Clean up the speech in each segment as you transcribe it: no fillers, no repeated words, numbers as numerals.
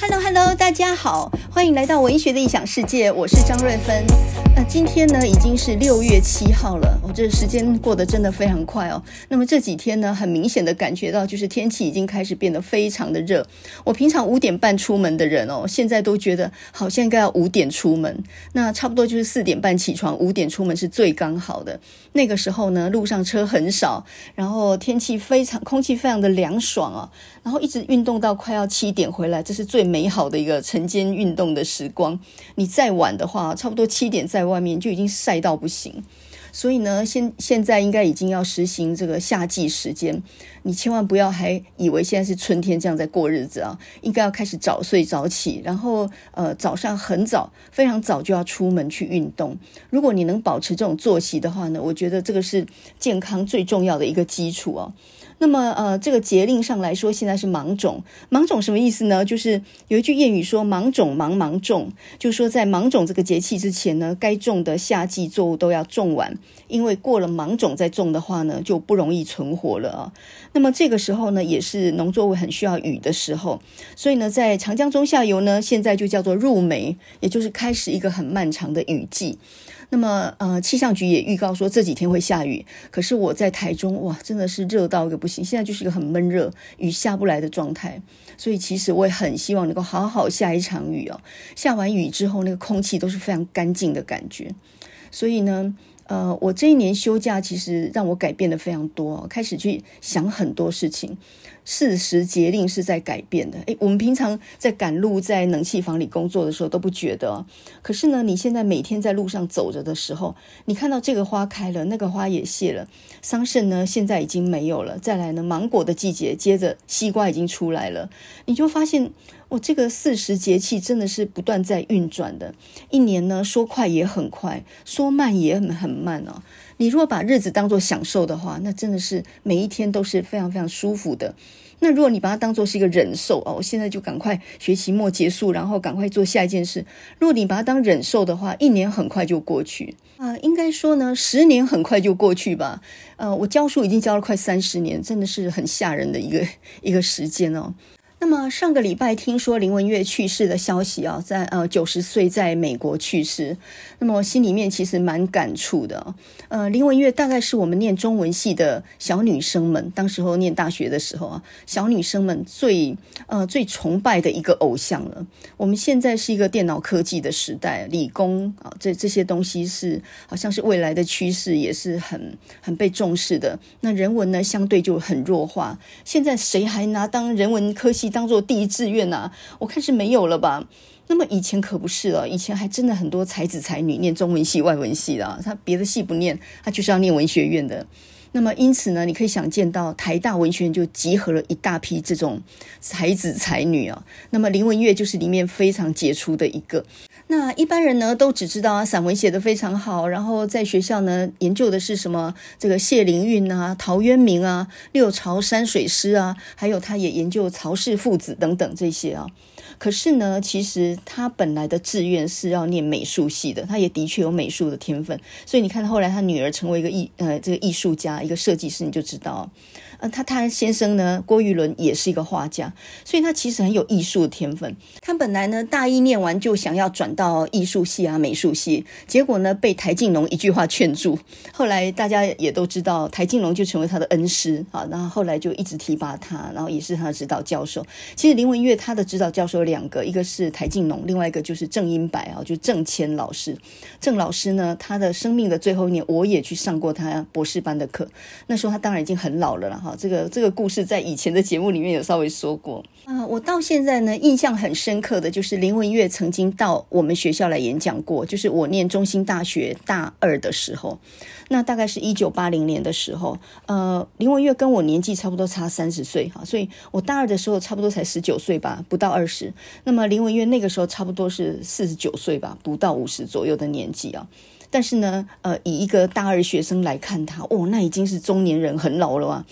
Hello， 大家好，欢迎来到文学的异想世界，我是张瑞芬。今天呢已经是6月7号了，这时间过得真的非常快哦。那么这几天呢，很明显的感觉到就是天气已经开始变得非常的热。我平常5点半出门的人哦，现在都觉得好像应该要5点出门。那差不多就是4点半起床，5点出门是最刚好的。那个时候呢，路上车很少，然后空气非常的凉爽哦。然后一直运动到快要7点回来，这是最美好的一个晨间运动的时光。你再晚的话，差不多7点在外面就已经晒到不行。所以呢，现在应该已经要实行这个夏季时间，你千万不要还以为现在是春天这样在过日子啊，应该要开始早睡早起，然后早上很早，非常早就要出门去运动。如果你能保持这种作息的话呢，我觉得这个是健康最重要的一个基础哦。那么这个节令上来说，现在是芒种。芒种什么意思呢？就是有一句谚语说芒种芒芒种，就是说在芒种这个节气之前呢，该种的夏季作物都要种完，因为过了芒种再种的话呢，就不容易存活了啊。那么这个时候呢，也是农作物很需要雨的时候，所以呢，在长江中下游呢，现在就叫做入梅，也就是开始一个很漫长的雨季。那么气象局也预告说这几天会下雨，可是我在台中，哇，真的是热到一个不行，现在就是一个很闷热，雨下不来的状态。所以其实我也很希望能够好好下一场雨哦。下完雨之后，那个空气都是非常干净的感觉。所以呢我这一年休假其实让我改变的非常多，开始去想很多事情。四时节令是在改变的，我们平常在赶路在冷气房里工作的时候都不觉得哦，可是呢你现在每天在路上走着的时候，你看到这个花开了，那个花也谢了，桑葚呢现在已经没有了，再来呢芒果的季节，接着西瓜已经出来了，你就发现这个四时节气真的是不断在运转的。一年呢说快也很快，说慢也很慢哦。你如果把日子当作享受的话，那真的是每一天都是非常非常舒服的。那如果你把它当作是一个忍受我现在就赶快学期末结束，然后赶快做下一件事，如果你把它当忍受的话，1年很快就过去应该说呢10年很快就过去吧。我教书已经教了快30年，真的是很吓人的一个时间哦。那么上个礼拜听说林文月去世的消息啊，在90岁在美国去世，那么我心里面其实蛮感触的林文月大概是我们念中文系的小女生们，当时候念大学的时候啊，小女生们最崇拜的一个偶像了。我们现在是一个电脑科技的时代，理工这些东西是好像是未来的趋势，也是很被重视的。那人文呢相对就很弱化，现在谁还拿当人文科系当做第一志愿啊？我看是没有了吧。那么以前可不是了，以前还真的很多才子才女念中文系外文系的他别的系不念，他就是要念文学院的。那么因此呢，你可以想见到台大文学院就集合了一大批这种才子才女那么林文月就是里面非常杰出的一个。那一般人呢都只知道散文写得非常好，然后在学校呢研究的是什么这个谢灵运陶渊明六朝山水诗还有他也研究曹氏父子等等这些可是呢其实他本来的志愿是要念美术系的，他也的确有美术的天分，所以你看后来他女儿成为一个这个艺术家，一个设计师，你就知道他先生呢郭玉伦也是一个画家，所以他其实很有艺术的天分。他本来呢大一念完就想要转到艺术系美术系，结果呢被台静农一句话劝住，后来大家也都知道台静农就成为他的恩师然后后来就一直提拔他，然后也是他的指导教授。其实林文月他的指导教授有2个，一个是台静农，另外一个就是郑英白就是郑谦老师。郑老师呢他的生命的最后一年我也去上过他博士班的课，那时候他当然已经很老了这个故事在以前的节目里面有稍微说过我到现在呢印象很深刻的就是林文月曾经到我们学校来演讲过，就是我念中兴大学大2的时候，那大概是1980年的时候林文月跟我年纪差不多差30岁所以我大2的时候差不多才19岁吧，不到20。那么林文月那个时候差不多是49岁吧，不到50左右的年纪但是呢以一个大2学生来看他那已经是中年人，很老了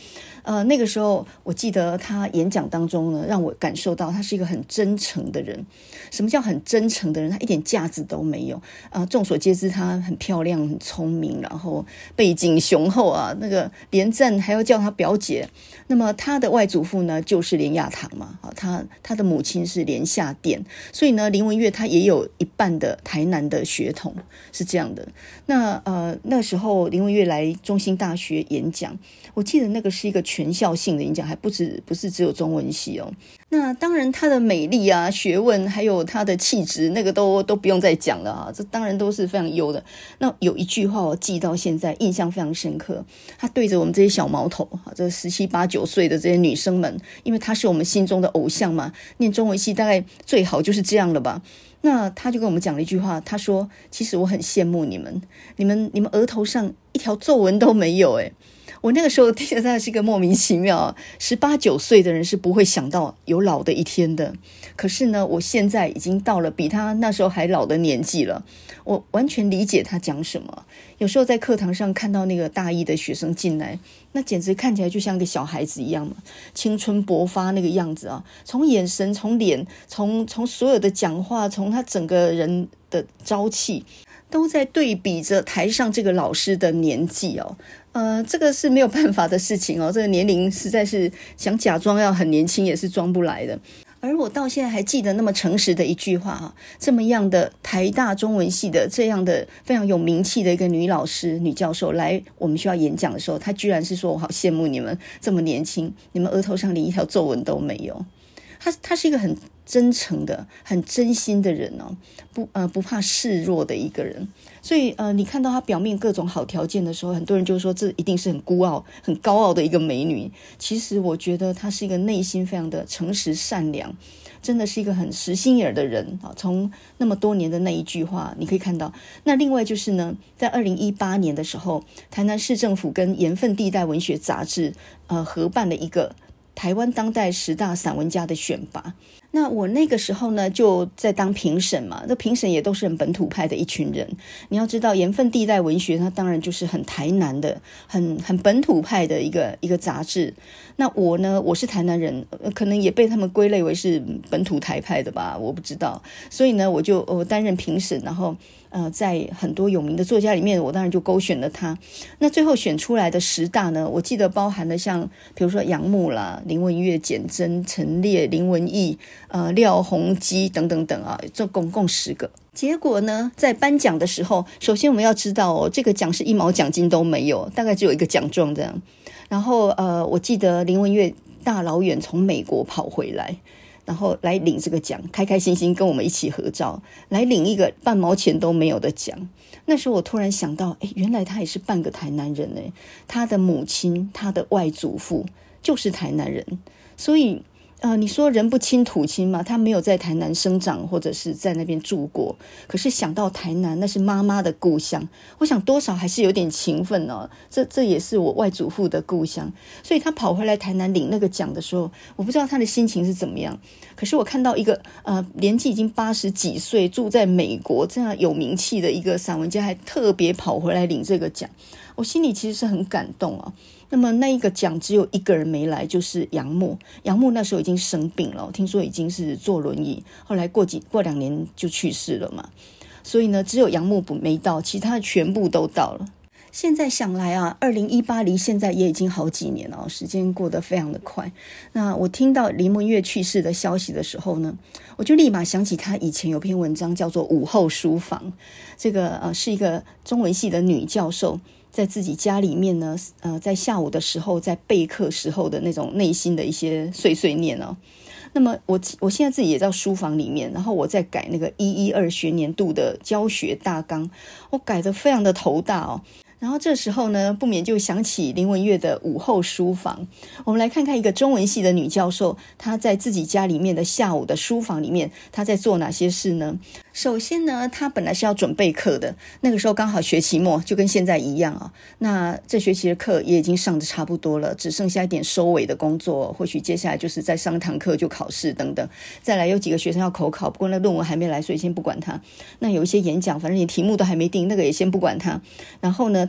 那个时候我记得他演讲当中呢，让我感受到他是一个很真诚的人。什么叫很真诚的人？他一点架子都没有众所皆知，他很漂亮很聪明，然后背景雄厚啊，那个连战还要叫他表姐。那么他的外祖父呢就是连亚堂嘛，他的母亲是连夏店，所以呢林文月他也有一半的台南的血统，是这样的。那时候林文月来中兴大学演讲，我记得那个是一个全校性的演讲，还不是只有中文系哦。那当然她的美丽啊、学问还有她的气质，那个都不用再讲了啊，这当然都是非常优的。那有一句话我记到现在印象非常深刻，她对着我们这些小毛头这17、8、9岁的这些女生们，因为她是我们心中的偶像嘛，念中文系大概最好就是这样了吧。那他就跟我们讲了一句话，他说其实我很羡慕你们额头上一条皱纹都没有诶。我那个时候听得真的是一个莫名其妙18、9岁的人是不会想到有老的一天的。可是呢，我现在已经到了比他那时候还老的年纪了，我完全理解他讲什么。有时候在课堂上看到那个大一的学生进来，那简直看起来就像个小孩子一样嘛，青春勃发那个样子啊，从眼神、从脸、从所有的讲话，从他整个人的朝气，都在对比着台上这个老师的年纪哦。这个是没有办法的事情哦，这个年龄实在是想假装要很年轻也是装不来的。而我到现在还记得那么诚实的一句话这么样的台大中文系的这样的非常有名气的一个女老师、女教授来我们学校演讲的时候，她居然是说我好羡慕你们这么年轻，你们额头上连一条皱纹都没有。她是一个很真诚的、很真心的人哦，不怕示弱的一个人。所以你看到她表面各种好条件的时候，很多人就说这一定是很孤傲、很高傲的一个美女。其实我觉得她是一个内心非常的诚实善良，真的是一个很实心眼的人啊。从那么多年的那一句话你可以看到。那另外就是呢，在2018年的时候，台南市政府跟盐分地带文学杂志合办了一个台湾当代10大散文家的选拔。那我那个时候呢就在当评审嘛，这评审也都是很本土派的一群人。你要知道盐分地带文学它当然就是很台南的很本土派的一个杂志。那我呢，我是台南人，可能也被他们归类为是本土台派的吧，我不知道。所以呢我担任评审，然后在很多有名的作家里面，我当然就勾选了他。那最后选出来的10大呢，我记得包含了像比如说杨牧啦、林文月、简真、陈烈、林文义、廖鸿基等等等啊，这共10个。结果呢，在颁奖的时候，首先我们要知道这个奖是1毛奖金都没有，大概只有一个奖状这样。然后我记得林文月大老远从美国跑回来，然后来领这个奖，开开心心跟我们一起合照，来领一个半毛钱都没有的奖。那时候我突然想到，原来他也是半个台南人耶，他的母亲、他的外祖父就是台南人。所以你说人不亲土亲嘛，他没有在台南生长或者是在那边住过，可是想到台南那是妈妈的故乡，我想多少还是有点情分哦。这也是我外祖父的故乡，所以他跑回来台南领那个奖的时候，我不知道他的心情是怎么样。可是我看到一个年纪已经80几岁住在美国这样有名气的一个散文家还特别跑回来领这个奖，我心里其实是很感动啊。那么那一个奖只有一个人没来，就是杨牧。杨牧那时候已经生病了，听说已经是坐轮椅，后来过2年就去世了嘛。所以呢，只有杨牧没到，其他全部都到了。现在想来啊，2018离现在也已经好几年了，时间过得非常的快。那我听到林文月去世的消息的时候呢，我就立马想起他以前有篇文章叫做《午后书房》，这个是一个中文系的女教授在自己家里面呢，在下午的时候在备课时候的那种内心的一些碎碎念哦。那么我现在自己也在书房里面，然后我在改那个112学年度的教学大纲，我改得非常的头大哦。然后这时候呢，不免就想起林文月的午后书房。我们来看看一个中文系的女教授，她在自己家里面的下午的书房里面，她在做哪些事呢？首先呢，她本来是要准备课的，那个时候刚好学期末，就跟现在一样啊。那这学期的课也已经上得差不多了，只剩下一点收尾的工作，或许接下来就是再上一堂课就考试等等。再来有几个学生要口考，不过那论文还没来，所以先不管他。那有一些演讲，反正连题目都还没定，那个也先不管他。然后呢，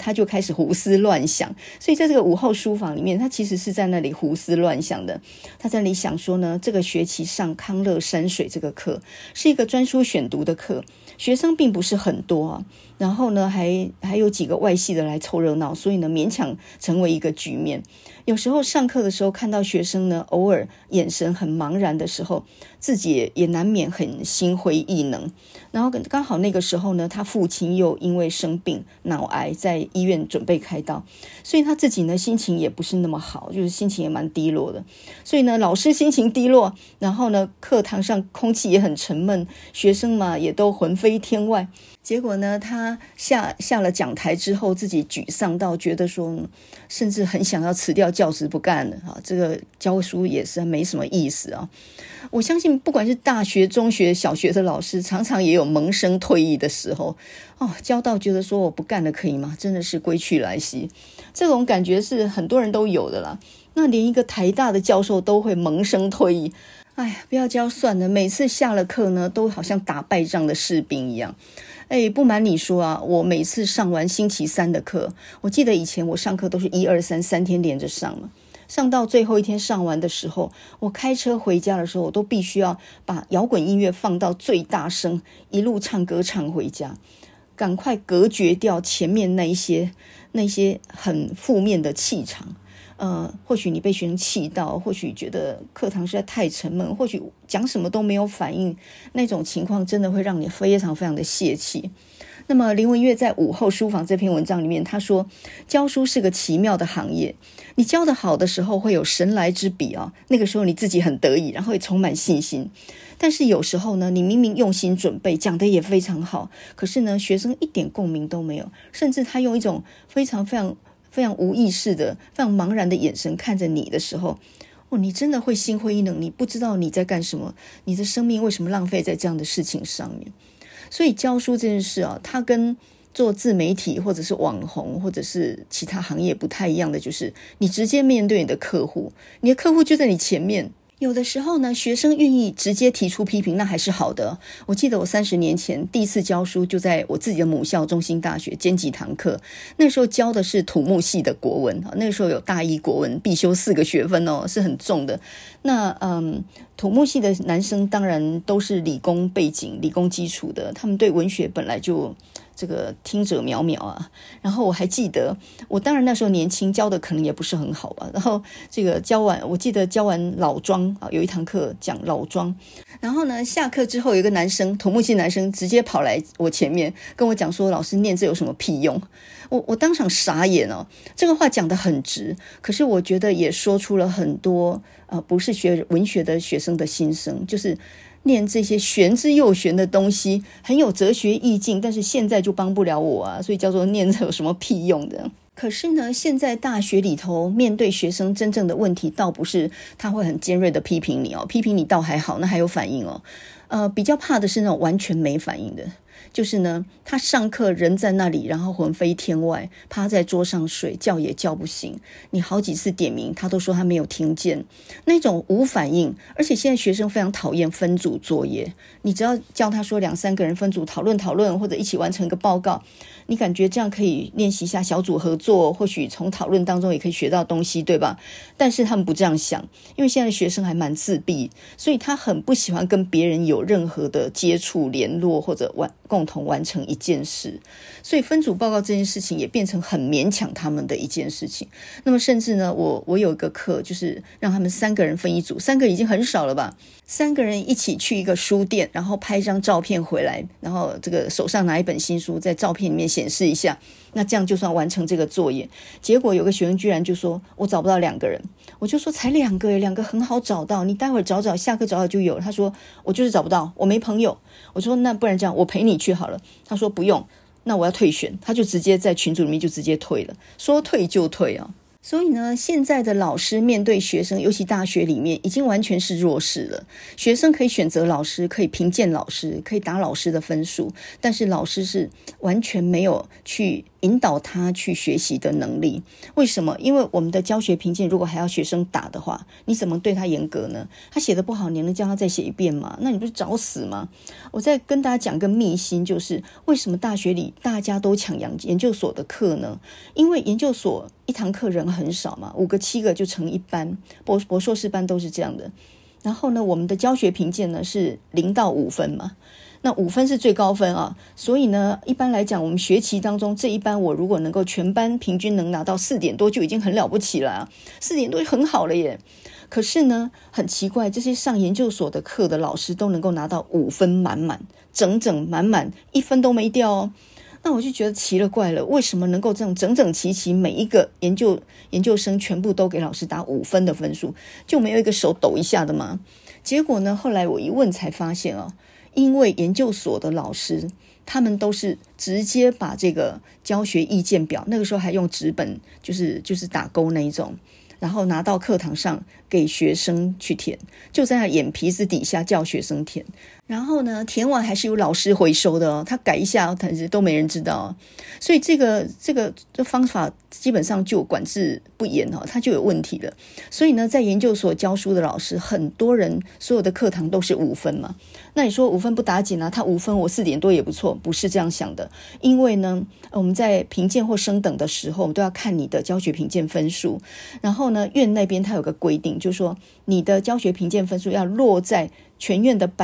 他就开始胡思乱想。所以在这个5号书房里面，他其实是在那里胡思乱想的。他在那里想说呢，这个学期上康乐山水这个课是一个专书选读的课，学生并不是很多啊，然后呢还有几个外系的来凑热闹，所以呢勉强成为一个局面。有时候上课的时候看到学生呢偶尔眼神很茫然的时候，自己也难免很心灰意冷。然后刚好那个时候呢，他父亲又因为生病脑癌在医院准备开刀，所以他自己呢心情也不是那么好，就是心情也蛮低落的。所以呢老师心情低落，然后呢课堂上空气也很沉闷，学生嘛也都魂飞天外。结果呢他下了讲台之后，自己沮丧到觉得说甚至很想要辞掉教职不干了啊，这个教书也是没什么意思啊。我相信不管是大学、中学、小学的老师，常常也有萌生退役的时候教到觉得说我不干了可以吗？真的是归去来兮，这种感觉是很多人都有的啦。那连一个台大的教授都会萌生退役，哎呀，不要教算了，每次下了课呢都好像打败仗的士兵一样。不瞒你说啊，我每次上完星期三的课，我记得以前我上课都是1、2、3 3天连着上嘛，上到最后一天上完的时候，我开车回家的时候，我都必须要把摇滚音乐放到最大声，一路唱歌唱回家，赶快隔绝掉前面那些很负面的气场。或许你被学生气到，或许觉得课堂实在太沉闷，或许讲什么都没有反应，那种情况真的会让你非常非常的泄气。那么林文月在午后书房这篇文章里面，他说教书是个奇妙的行业，你教得好的时候会有神来之笔那个时候你自己很得意，然后也充满信心。但是有时候呢，你明明用心准备，讲得也非常好，可是呢学生一点共鸣都没有，甚至他用一种非常无意识的非常茫然的眼神看着你的时候，你真的会心灰意冷，你不知道你在干什么，你的生命为什么浪费在这样的事情上面。所以教书这件事它跟做自媒体或者是网红或者是其他行业不太一样的，就是你直接面对你的客户，你的客户就在你前面。有的时候呢，学生愿意直接提出批评，那还是好的。我记得我30年前第一次教书，就在我自己的母校中兴大学兼几堂课，那时候教的是土木系的国文，那个时候有大一国文必修4个学分是很重的。那土木系的男生当然都是理工背景、理工基础的，他们对文学本来就这个听者渺渺啊。然后我还记得，我当然那时候年轻，教的可能也不是很好吧。然后这个我记得教完老庄有一堂课讲老庄，然后呢下课之后有一个男生，土木系男生直接跑来我前面跟我讲说，老师念这有什么屁用？我当场傻眼这个话讲得很直，可是我觉得也说出了很多不是学文学的学生的心声，就是念这些玄之又玄的东西很有哲学意境，但是现在就帮不了我啊，所以叫做念这有什么屁用的。可是呢，现在大学里头面对学生真正的问题，倒不是他会很尖锐的批评你批评你倒还好，那还有反应比较怕的是那种完全没反应的，就是呢他上课人在那里，然后魂飞天外，趴在桌上睡，叫也叫不醒，你好几次点名他都说他没有听见，那种无反应。而且现在学生非常讨厌分组作业，你只要叫他说2、3个人分组讨论或者一起完成一个报告，你感觉这样可以练习一下小组合作，或许从讨论当中也可以学到东西，对吧？但是他们不这样想，因为现在的学生还蛮自闭，所以他很不喜欢跟别人有任何的接触联络或者共同完成一件事，所以分组报告这件事情也变成很勉强他们的一件事情。那么甚至呢，我有一个课就是让他们3个人分一组，3个已经很少了吧，3个人一起去一个书店，然后拍一张照片回来，然后这个手上拿一本新书在照片里面显示一下，那这样就算完成这个作业。结果有个学生居然就说我找不到2个人，我就说才2个，2个很好找到，你待会儿找找，下课找找就有了。他说我就是找不到，我没朋友。我说那不然这样，我陪你去好了。他说不用，那我要退选，他就直接在群组里面就直接退了，说退就退所以呢，现在的老师面对学生，尤其大学里面已经完全是弱势了。学生可以选择老师，可以评鉴老师，可以打老师的分数，但是老师是完全没有去引导他去学习的能力。为什么？因为我们的教学评鉴如果还要学生打的话，你怎么对他严格呢？他写的不好，你能叫他再写一遍吗？那你不是找死吗？我再跟大家讲个秘辛，就是为什么大学里大家都抢研究所的课呢？因为研究所一堂课人很少嘛，5个7个就成一班，博硕士班都是这样的。然后呢，我们的教学评鉴呢是0到5分嘛，那5分是最高分啊，所以呢，一般来讲，我们学期当中这一班，我如果能够全班平均能拿到4点多，就已经很了不起了啊，4点多就很好了耶。可是呢，很奇怪，这些上研究所的课的老师都能够拿到5分满满，整整满满，1分都没掉哦。那我就觉得奇了怪了，为什么能够这样整整齐齐，每一个研究生全部都给老师打5分的分数，就没有一个手抖一下的吗？结果呢，后来我一问才发现啊，因为研究所的老师他们都是直接把这个教学意见表，那个时候还用纸本，就是打勾那一种，然后拿到课堂上给学生去填，就在那眼皮子底下叫学生填。然后呢，填完还是有老师回收的哦，他改一下都没人知道哦。所以这个方法基本上就管制不严哦，它就有问题了。所以呢，在研究所教书的老师，很多人所有的课堂都是5分嘛。那你说5分不打紧啊，他5分我4点多也不错，不是这样想的。因为呢，我们在评鉴或升等的时候，我们都要看你的教学评鉴分数。然后呢，院那边它有个规定，就是说你的教学评鉴分数要落在全院的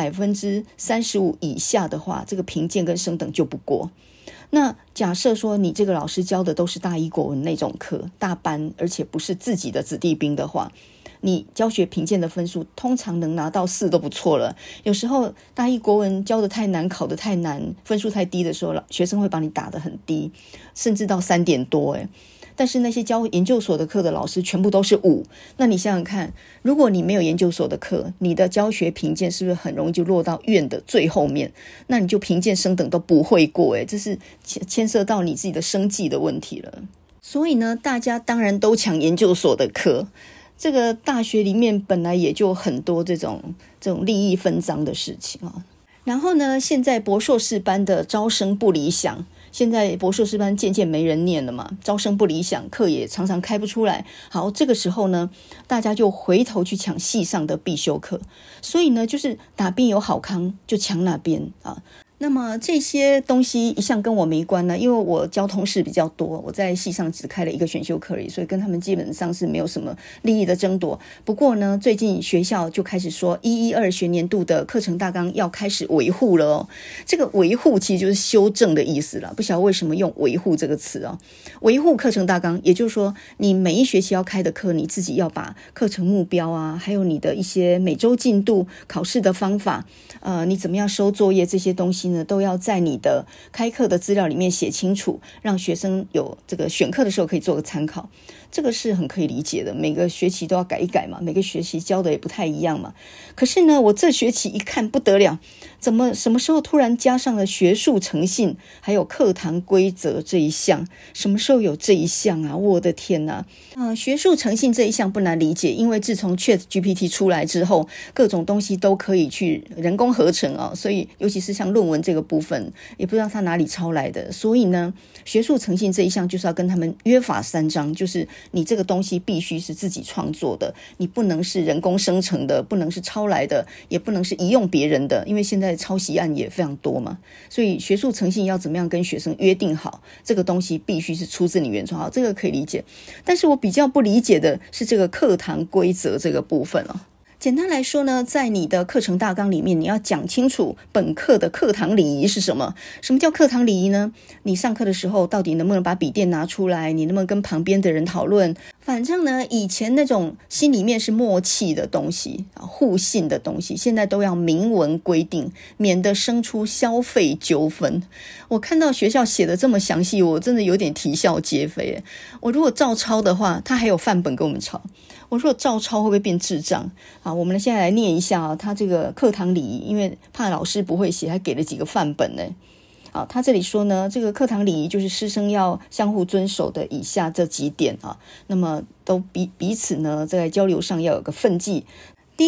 35%以下的话，这个评鉴跟升等就不过。那假设说你这个老师教的都是大一国文那种课，大班，而且不是自己的子弟兵的话，你教学评鉴的分数通常能拿到4都不错了。有时候大一国文教的太难，考得太难，分数太低的时候，学生会把你打得很低，甚至到3点多耶。但是那些教研究所的课的老师全部都是5，那你想想看，如果你没有研究所的课，你的教学评鉴是不是很容易就落到院的最后面？那你就评鉴升等都不会过，这是牵涉到你自己的生计的问题了。所以呢，大家当然都抢研究所的课。这个大学里面本来也就很多这种利益分赃的事情啊。然后呢，现在博硕士班的招生不理想，现在博硕士班渐渐没人念了嘛，招生不理想，课也常常开不出来。好，这个时候呢，大家就回头去抢系上的必修课，所以呢，就是哪边有好康就抢哪边啊。那么这些东西一向跟我没关呢，因为我教通识比较多，我在系上只开了1个选修课而已，所以跟他们基本上是没有什么利益的争夺。不过呢，最近学校就开始说112学年度的课程大纲要开始维护了哦。这个维护其实就是修正的意思了，不晓得为什么用维护这个词哦。维护课程大纲，也就是说你每一学期要开的课，你自己要把课程目标啊，还有你的一些每周进度、考试的方法，你怎么样收作业这些东西呢，都要在你的开课的资料里面写清楚，让学生有这个选课的时候可以做个参考。这个是很可以理解的，每个学期都要改一改嘛，每个学期教的也不太一样嘛。可是呢，我这学期一看不得了，怎么什么时候突然加上了学术诚信还有课堂规则这一项？什么时候有这一项啊？我的天哪！学术诚信这一项不难理解，因为自从 ChatGPT 出来之后，各种东西都可以去人工合成啊，所以尤其是像论文这个部分，也不知道他哪里抄来的。所以呢，学术诚信这一项就是要跟他们约法3章，就是你这个东西必须是自己创作的，你不能是人工生成的，不能是抄来的，也不能是移用别人的，因为现在抄袭案也非常多嘛。所以学术诚信要怎么样跟学生约定好，这个东西必须是出自你原创，好，这个可以理解。但是我比较不理解的是这个课堂规则这个部分哦。简单来说呢，在你的课程大纲里面，你要讲清楚本课的课堂礼仪是什么。什么叫课堂礼仪呢？你上课的时候到底能不能把笔电拿出来，你能不能跟旁边的人讨论，反正呢，以前那种心里面是默契的东西，互信的东西，现在都要明文规定，免得生出消费纠纷。我看到学校写的这么详细，我真的有点啼笑皆非。我如果照抄的话，他还有范本给我们抄，我如果照抄会不会变智障？好，我们现在来念一下他这个课堂礼仪，因为怕老师不会写，还给了几个范本呢。好，他这里说呢，这个课堂礼仪就是师生要相互遵守的以下这几点啊，那么都彼此呢在交流上要有个分际。第一个，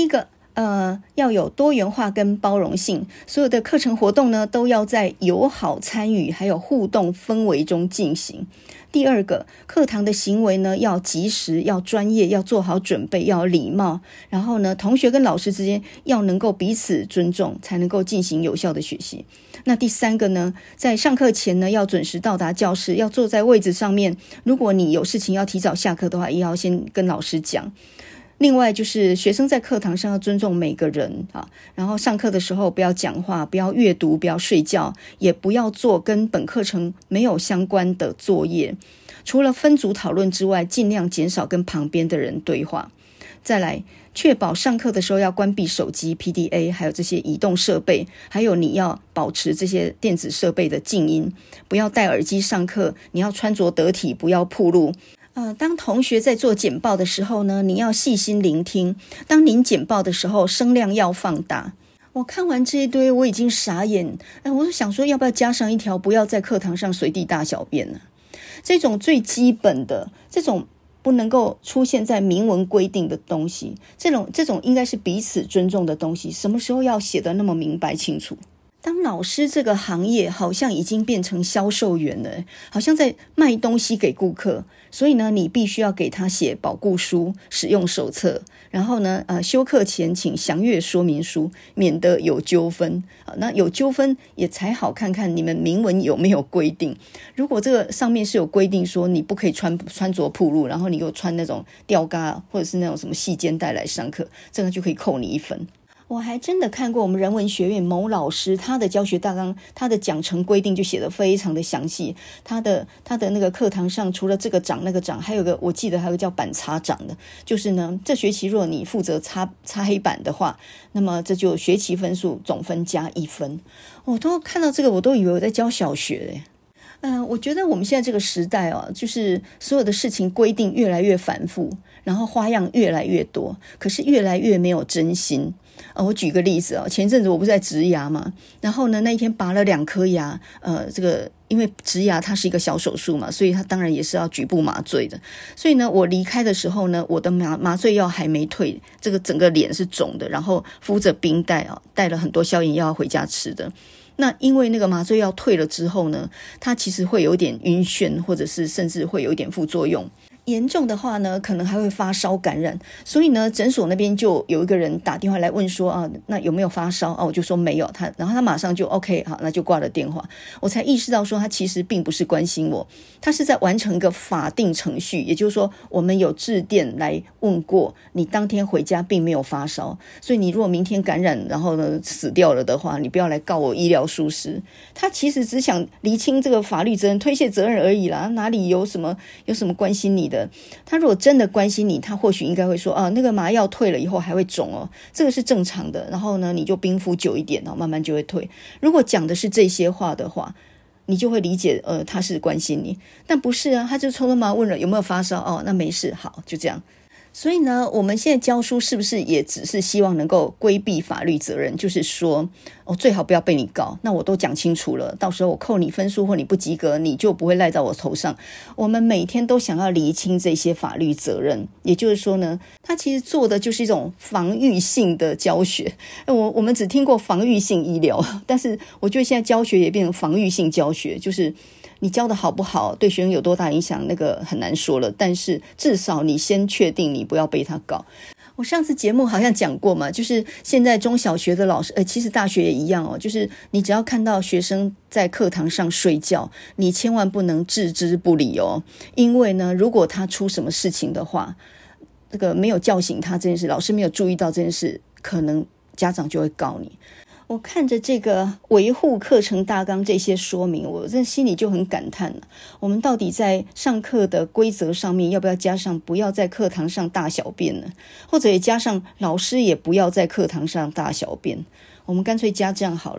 要有多元化跟包容性，所有的课程活动呢都要在友好参与还有互动氛围中进行。第二个，课堂的行为呢要及时，要专业，要做好准备，要有礼貌，然后呢同学跟老师之间要能够彼此尊重，才能够进行有效的学习。那第三个呢，在上课前呢要准时到达教室，要坐在位置上面，如果你有事情要提早下课的话，也要先跟老师讲。另外就是学生在课堂上要尊重每个人啊，然后上课的时候不要讲话，不要阅读，不要睡觉，也不要做跟本课程没有相关的作业。除了分组讨论之外，尽量减少跟旁边的人对话。再来，确保上课的时候要关闭手机、PDA， 还有这些移动设备，还有你要保持这些电子设备的静音，不要戴耳机上课，你要穿着得体，不要暴露。当同学在做简报的时候呢，你要细心聆听。当您简报的时候，声量要放大。我看完这一堆，我已经傻眼。我就想说，要不要加上一条，不要在课堂上随地大小便呢？这种最基本的，这种不能够出现在明文规定的东西，这种应该是彼此尊重的东西，什么时候要写得那么明白清楚？当老师这个行业好像已经变成销售员了，好像在卖东西给顾客，所以呢，你必须要给他写保固书、使用手册，然后呢，休课前请详阅说明书，免得有纠纷。那有纠纷也才好看看你们明文有没有规定。如果这个上面是有规定说你不可以穿着暴露，然后你又穿那种吊嘎或者是那种什么细肩带来上课，这个就可以扣你1分。我还真的看过我们人文学院某老师，他的教学大纲，他的讲程规定就写得非常的详细。他的那个课堂上，除了这个长那个长，还有个我记得还有个叫板擦长的，就是呢，这学期若你负责擦黑板的话，那么这就学期分数总分加1分。我都看到这个，我都以为我在教小学嘞。我觉得我们现在这个时代就是所有的事情规定越来越繁复，然后花样越来越多，可是越来越没有真心。我举个例子前阵子我不是在植牙嘛，然后呢那一天拔了2颗牙，这个因为植牙它是一个小手术嘛，所以它当然也是要局部麻醉的。所以呢，我离开的时候呢，我的麻醉药还没退，这个整个脸是肿的，然后敷着冰袋带了很多消炎药要回家吃的。那因为那个麻醉药退了之后呢，它其实会有点晕眩，或者是甚至会有一点副作用。严重的话呢，可能还会发烧感染。所以呢，诊所那边就有一个人打电话来问说那有没有发烧我就说没有，然后他马上就 OK 好，那就挂了电话。我才意识到说他其实并不是关心我，他是在完成一个法定程序，也就是说我们有致电来问过你当天回家并没有发烧，所以你如果明天感染然后呢死掉了的话，你不要来告我医疗疏失。他其实只想厘清这个法律责任，推卸责任而已啦，哪里有什么关心你的。他如果真的关心你，他或许应该会说那个麻药退了以后还会肿这个是正常的，然后呢你就冰敷久一点慢慢就会退。如果讲的是这些话的话，你就会理解他是关心你。但不是他就匆匆忙问了有没有发烧那没事，好，就这样。所以呢，我们现在教书是不是也只是希望能够规避法律责任，就是说最好不要被你告，那我都讲清楚了，到时候我扣你分数或你不及格，你就不会赖到我头上。我们每天都想要厘清这些法律责任，也就是说呢，他其实做的就是一种防御性的教学。我们只听过防御性医疗，但是我觉得现在教学也变成防御性教学，就是你教的好不好，对学生有多大影响，那个很难说了，但是至少你先确定你不要被他告。我上次节目好像讲过嘛，就是现在中小学的老师其实大学也一样就是你只要看到学生在课堂上睡觉，你千万不能置之不理因为呢，如果他出什么事情的话，这个没有叫醒他这件事，老师没有注意到这件事，可能家长就会告你。我看着这个维护课程大纲这些说明，我这心里就很感叹了。我们到底在上课的规则上面要不要加上不要在课堂上大小便呢？或者也加上老师也不要在课堂上大小便？我们干脆加这样好了，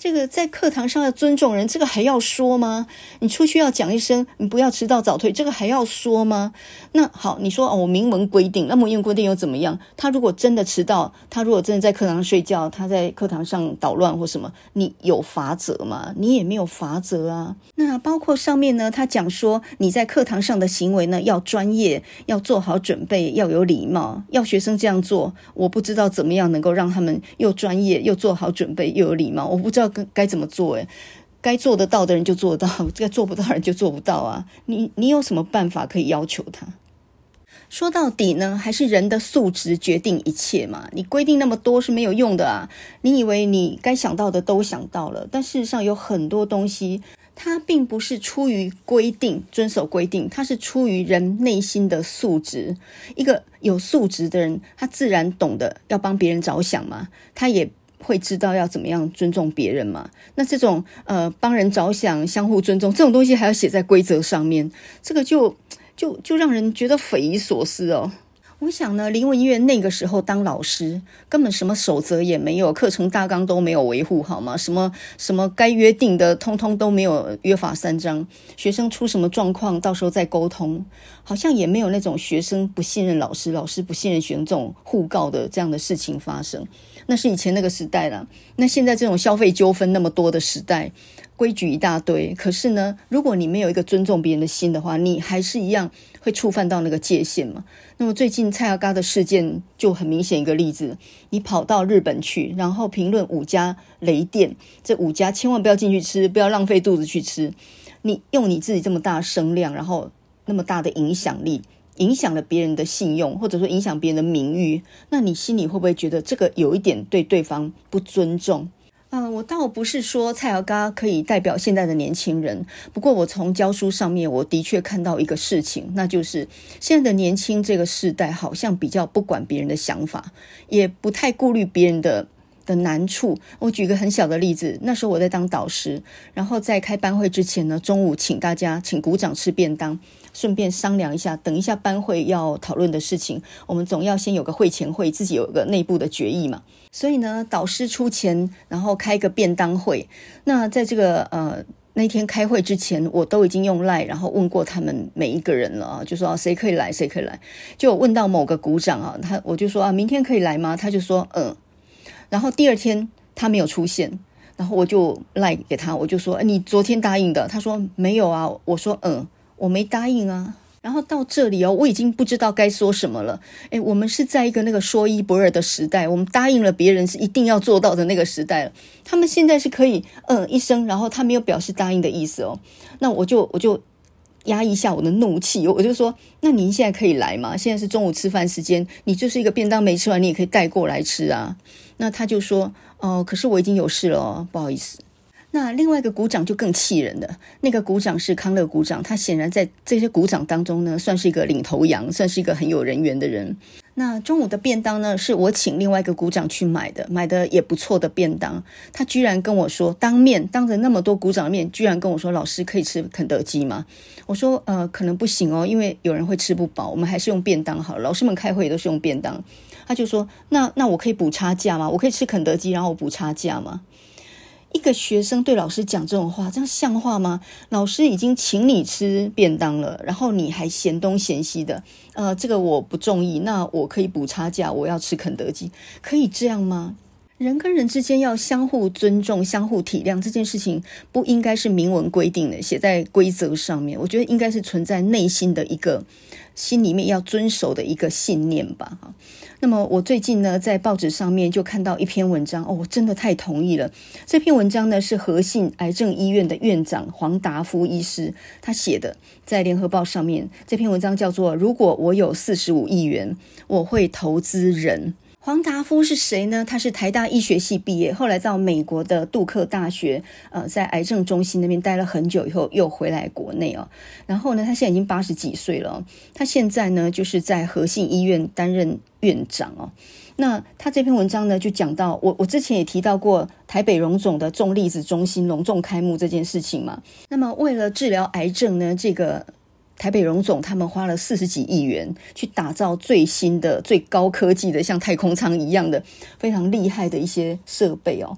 这个在课堂上要尊重人，这个还要说吗？你出去要讲一声你不要迟到早退，这个还要说吗？那好，你说我明文规定，那明文规定又怎么样？他如果真的迟到，他如果真的在课堂上睡觉，他在课堂上捣乱或什么，你有罚则吗？你也没有罚则啊。那包括上面呢，他讲说你在课堂上的行为呢要专业，要做好准备，要有礼貌，要学生这样做。我不知道怎么样能够让他们又专业又做好准备又有礼貌，我不知道该怎么做该做得到的人就做得到，该做不到的人就做不到啊。你有什么办法可以要求他？说到底呢，还是人的素质决定一切嘛。你规定那么多是没有用的啊。你以为你该想到的都想到了，但事实上有很多东西它并不是出于规定遵守规定，它是出于人内心的素质。一个有素质的人，他自然懂得要帮别人着想嘛，他也会知道要怎么样尊重别人嘛。那这种帮人着想相互尊重这种东西还要写在规则上面，这个就让人觉得匪夷所思哦。我想呢，林文月那个时候当老师，根本什么守则也没有，课程大纲都没有维护好吗？什么该约定的通通都没有约法三章，学生出什么状况到时候再沟通，好像也没有那种学生不信任老师，老师不信任学生这种互告的这样的事情发生。那是以前那个时代了，那现在这种消费纠纷那么多的时代，规矩一大堆，可是呢，如果你没有一个尊重别人的心的话，你还是一样会触犯到那个界限嘛。那么最近蔡阿嘎的事件就很明显一个例子，你跑到日本去，然后评论5家雷店，这5家千万不要进去吃，不要浪费肚子去吃。你用你自己这么大的声量，然后那么大的影响力，影响了别人的信用，或者说影响别人的名誉，那你心里会不会觉得这个有一点对对方不尊重？我倒不是说蔡阿嘎可以代表现在的年轻人，不过我从教书上面我的确看到一个事情，那就是现在的年轻这个世代好像比较不管别人的想法，也不太顾虑别人的难处。我举个很小的例子，那时候我在当导师，然后在开班会之前呢，中午请股长吃便当，顺便商量一下等一下班会要讨论的事情，我们总要先有个会前会，自己有个内部的决议嘛。所以呢，导师出钱，然后开个便当会。那在这个那天开会之前，我都已经用 LINE 然后问过他们每一个人了啊，就说谁可以来谁可以来。就问到某个股长啊，我就说明天可以来吗？他就说然后第二天他没有出现，然后我就 LINE 给他，我就说你昨天答应的？他说没有啊。我说我没答应啊。然后到这里我已经不知道该说什么了。我们是在一个那个说一不二的时代，我们答应了别人是一定要做到的那个时代了。他们现在是可以一声，然后他没有表示答应的意思哦。那我就压抑一下我的怒气，我就说那您现在可以来吗？现在是中午吃饭时间，你就是一个便当没吃完，你也可以带过来吃啊。那他就说可是我已经有事了不好意思。那另外一个股长就更气人了，那个股长是康乐股长，他显然在这些股长当中呢，算是一个领头羊，算是一个很有人缘的人。那中午的便当呢，是我请另外一个股长去买的也不错的便当。他居然跟我说，当着那么多股长的面，居然跟我说，老师可以吃肯德基吗？我说可能不行因为有人会吃不饱，我们还是用便当好了，老师们开会都是用便当。他就说那我可以补差价吗？我可以吃肯德基然后我补差价吗？一个学生对老师讲这种话，这样像话吗？老师已经请你吃便当了，然后你还嫌东嫌西的，这个我不中意，那我可以补差价，我要吃肯德基，可以这样吗？人跟人之间要相互尊重、相互体谅，这件事情不应该是明文规定的，写在规则上面。我觉得应该是存在内心的一个心里面要遵守的一个信念吧。那么我最近呢，在报纸上面就看到一篇文章，我真的太同意了。这篇文章呢是和信癌症医院的院长黄达夫医师他写的，在联合报上面。这篇文章叫做《如果我有45亿元，我会投资人》。黄达夫是谁呢？他是台大医学系毕业，后来到美国的杜克大学在癌症中心那边待了很久以后又回来国内然后呢他现在已经80几岁了他现在呢就是在和信医院担任院长那他这篇文章呢就讲到我之前也提到过台北荣总的重粒子中心隆重开幕这件事情嘛。那么为了治疗癌症呢，这个台北荣总他们花了40几亿元去打造最新的最高科技的像太空舱一样的非常厉害的一些设备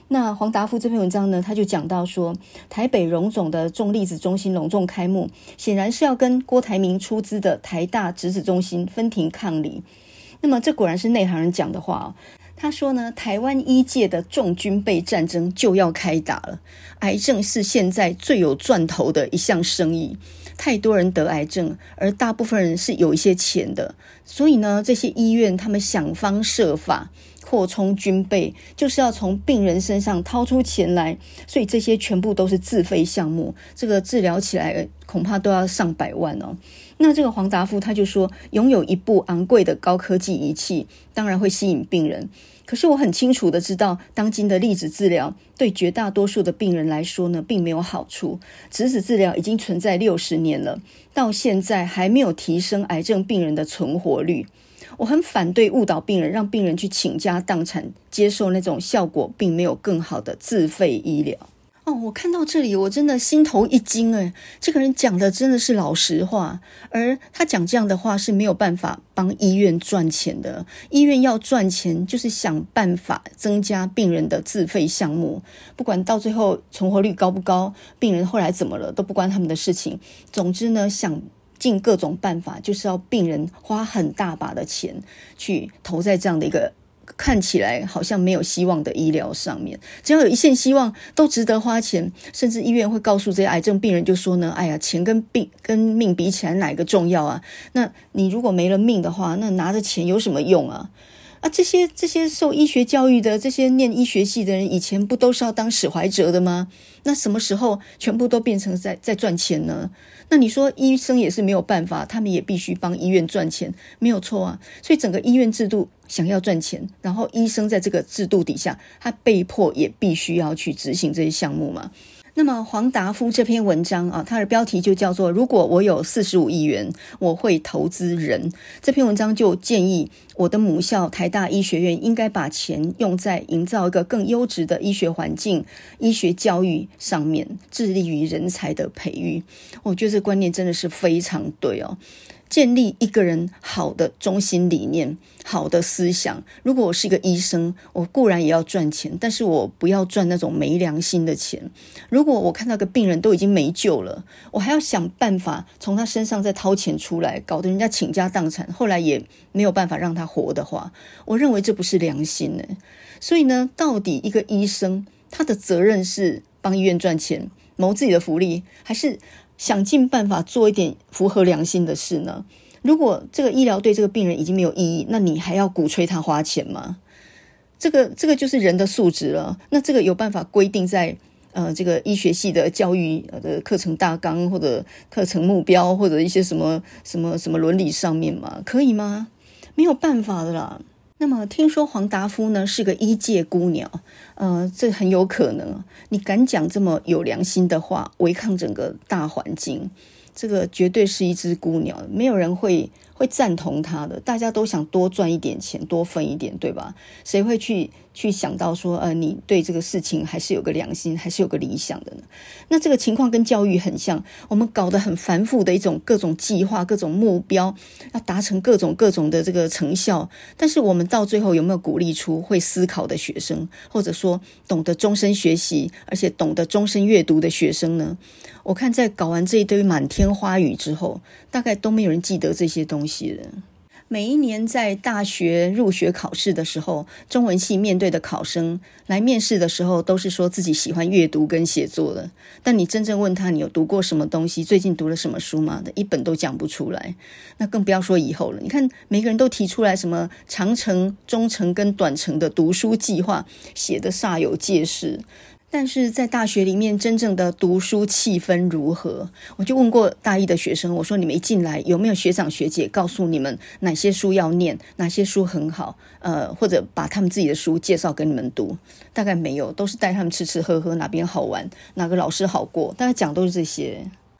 那黄达夫这篇文章呢，他就讲到说，台北荣总的重粒子中心隆重开幕，显然是要跟郭台铭出资的台大质子中心分庭抗礼。那么这果然是内行人讲的话。他说呢，台湾医界的重军备战争就要开打了，癌症是现在最有赚头的一项生意，太多人得癌症，而大部分人是有一些钱的，所以呢，这些医院他们想方设法扩充军备，就是要从病人身上掏出钱来，所以这些全部都是自费项目，这个治疗起来恐怕都要上百万哦。那这个黄达夫他就说，拥有一部昂贵的高科技仪器当然会吸引病人，可是我很清楚的知道，当今的粒子治疗对绝大多数的病人来说呢，并没有好处。质子治疗已经存在60年了，到现在还没有提升癌症病人的存活率。我很反对误导病人，让病人去倾家荡产，接受那种效果并没有更好的自费医疗。我看到这里我真的心头一惊这个人讲的真的是老实话，而他讲这样的话是没有办法帮医院赚钱的。医院要赚钱就是想办法增加病人的自费项目，不管到最后存活率高不高，病人后来怎么了都不关他们的事情。总之呢，想尽各种办法，就是要病人花很大把的钱去投在这样的一个看起来好像没有希望的医疗上面，只要有一线希望都值得花钱。甚至医院会告诉这些癌症病人就说呢，哎呀，钱跟命比起来哪个重要啊？那你如果没了命的话，那拿着钱有什么用啊？这些受医学教育的这些念医学系的人，以前不都是要当史怀哲的吗？那什么时候全部都变成在赚钱呢？那你说医生也是没有办法，他们也必须帮医院赚钱，没有错啊。所以整个医院制度想要赚钱，然后医生在这个制度底下，他被迫也必须要去执行这些项目嘛。那么黄达夫这篇文章它的标题就叫做如果我有45亿元我会投资人。这篇文章就建议我的母校台大医学院应该把钱用在营造一个更优质的医学环境、医学教育上面，致力于人才的培育。我觉得这观念真的是非常对建立一个人好的中心理念、好的思想。如果我是一个医生，我固然也要赚钱，但是我不要赚那种没良心的钱。如果我看到个病人都已经没救了，我还要想办法从他身上再掏钱出来，搞得人家倾家荡产，后来也没有办法让他活的话，我认为这不是良心所以呢，到底一个医生他的责任是帮医院赚钱、谋自己的福利，还是想尽办法做一点符合良心的事呢？如果这个医疗对这个病人已经没有意义，那你还要鼓吹他花钱吗？这个就是人的素质了。那这个有办法规定在这个医学系的教育的课程大纲或者课程目标或者一些什么伦理上面吗？可以吗？没有办法的啦。那么听说黄达夫呢是个医界孤鸟，这很有可能。你敢讲这么有良心的话，违抗整个大环境，这个绝对是一只孤鸟，没有人会赞同他的。大家都想多赚一点钱，多分一点，对吧？谁会去想到说你对这个事情还是有个良心，还是有个理想的呢？那这个情况跟教育很像，我们搞得很繁复的一种各种计划、各种目标，要达成各种的这个成效，但是我们到最后有没有鼓励出会思考的学生，或者说懂得终身学习而且懂得终身阅读的学生呢？我看在搞完这一堆满天花雨之后，大概都没有人记得这些东西了。每一年在大学入学考试的时候，中文系面对的考生来面试的时候都是说自己喜欢阅读跟写作的，但你真正问他你有读过什么东西，最近读了什么书吗？一本都讲不出来，那更不要说以后了。你看每个人都提出来什么长程、中程跟短程的读书计划，写得煞有介事，但是在大学里面真正的读书气氛如何？我就问过大一的学生，我说你们一进来有没有学长学姐告诉你们哪些书要念，哪些书很好，或者把他们自己的书介绍给你们读？大概没有，都是带他们吃吃喝喝，哪边好玩，哪个老师好过，大概讲都是这些。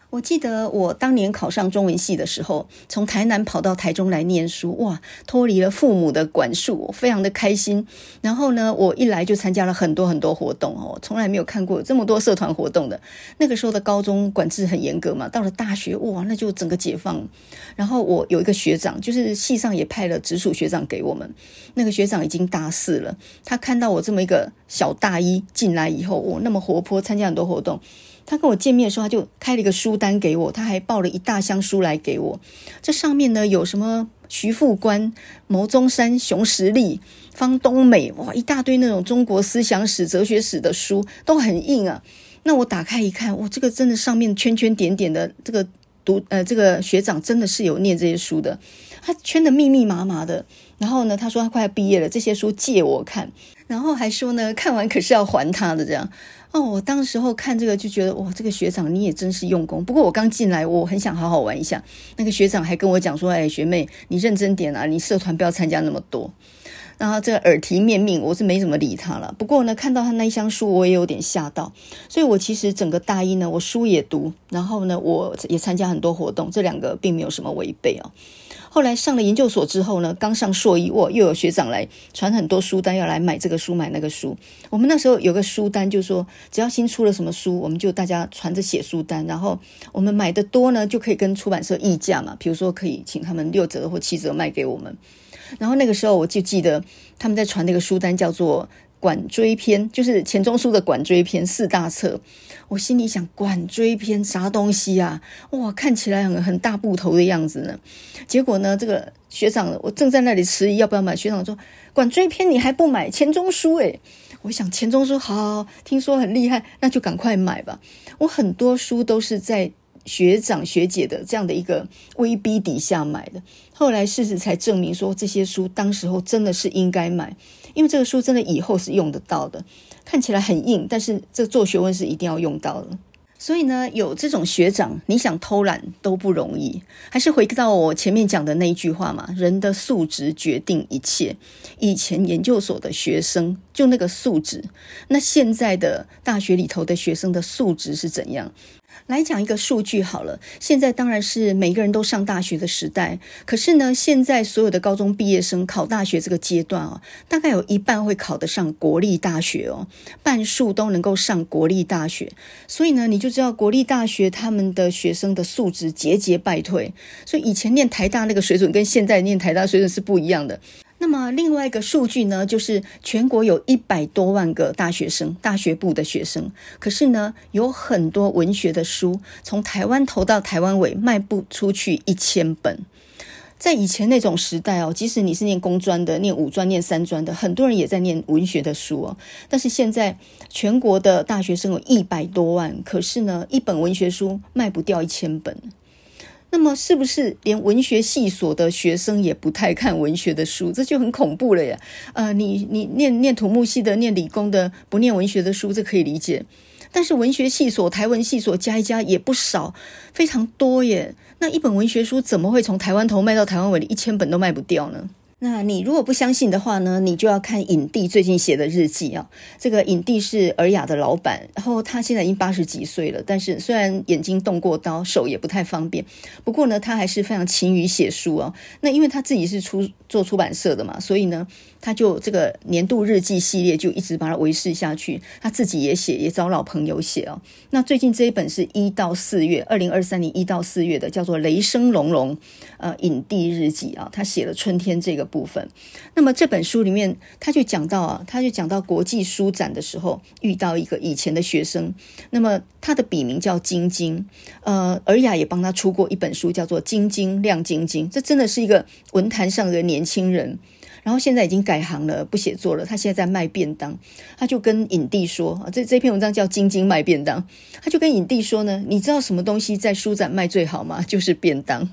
我记得我当年考上中文系的时候，从台南跑到台中来念书，哇，脱离了父母的管束，我非常的开心。然后呢，我一来就参加了很多很多活动哦，从来没有看过有这么多社团活动的。那个时候的高中管制很严格嘛，到了大学，哇，那就整个解放。然后我有一个学长，就是系上也派了直属学长给我们，那个学长已经大4了，他看到我这么一个小大一进来以后，我那么活泼，参加很多活动。他跟我见面的时候，他就开了一个书单给我，他还抱了一大箱书来给我。这上面呢有什么徐复观、牟宗三、熊十力、方东美，哇，一大堆那种中国思想史、哲学史的书，都很硬啊。那我打开一看，哇，这个真的上面圈圈点点的，这个学长真的是有念这些书的，他圈得密密麻麻的。然后呢，他说他快要毕业了，这些书借我看，然后还说呢，看完可是要还他的这样。我当时候看这个就觉得，哇，这个学长你也真是用功。不过我刚进来，我很想好好玩一下。那个学长还跟我讲说，学妹，你认真点啊，你社团不要参加那么多。然后这个耳提面命，我是没怎么理他了。不过呢，看到他那一箱书，我也有点吓到。所以我其实整个大一呢，我书也读，然后呢，我也参加很多活动，这2个并没有什么违背哦。后来上了研究所之后呢，刚上硕一，又有学长来传很多书单，要来买这个书买那个书。我们那时候有个书单，就说只要新出了什么书，我们就大家传着写书单，然后我们买的多呢，就可以跟出版社议价嘛，比如说可以请他们6折或7折卖给我们。然后那个时候我就记得他们在传那个书单叫做管锥篇，就是钱钟书的管锥篇4大册。我心里想，管锥篇啥东西啊？哇，看起来很大部头的样子呢。结果呢，这个学长，我正在那里迟疑要不要买，学长说管锥篇你还不买，钱钟书诶。我想钱钟书好，听说很厉害，那就赶快买吧。我很多书都是在学长学姐的这样的一个威逼底下买的，后来事实才证明说这些书当时候真的是应该买，因为这个书真的以后是用得到的，看起来很硬，但是这做学问是一定要用到的。所以呢，有这种学长，你想偷懒都不容易。还是回到我前面讲的那一句话嘛，人的素质决定一切。以前研究所的学生就那个素质，那现在的大学里头的学生的素质是怎样？来讲一个数据好了，现在当然是每个人都上大学的时代，可是呢，现在所有的高中毕业生考大学这个阶段大概有一半会考得上国立大学半数都能够上国立大学。所以呢，你就知道国立大学他们的学生的素质节节败退，所以以前念台大那个水准跟现在念台大水准是不一样的。那么另外一个数据呢，就是全国有100多万个大学生，大学部的学生，可是呢，有很多文学的书从台湾头到台湾尾卖不出去1000本。在以前那种时代即使你是念工专的、念五专、念三专的，很多人也在念文学的书但是现在全国的大学生有100多万，可是呢，一本文学书卖不掉1000本。那么是不是连文学系所的学生也不太看文学的书？这就很恐怖了耶。你念土木系的、念理工的不念文学的书，这可以理解。但是文学系所、台文系所加一加也不少，非常多耶。那一本文学书怎么会从台湾头卖到台湾尾的1000本都卖不掉呢？那你如果不相信的话呢，你就要看影帝最近写的日记这个影帝是尔雅的老板，然后他现在已经80几岁了，但是虽然眼睛动过刀，手也不太方便，不过呢，他还是非常勤于写书那因为他自己是做出版社的嘛，所以呢，他就这个年度日记系列就一直把它维持下去，他自己也写，也找老朋友写那最近这一本是1到4月，2023年1到4月的，叫做《雷声隆隆》影帝日记他写了春天这个部分。那么这本书里面他就讲到国际书展的时候遇到一个以前的学生，那么他的笔名叫晶晶，尔雅也帮他出过一本书叫做《晶晶亮晶晶》，这真的是一个文坛上的年轻人，然后现在已经改行了，不写作了，他现在在卖便当。他就跟影帝说，这篇文章叫晶晶卖便当，他就跟影帝说呢，你知道什么东西在书展卖最好吗？就是便当。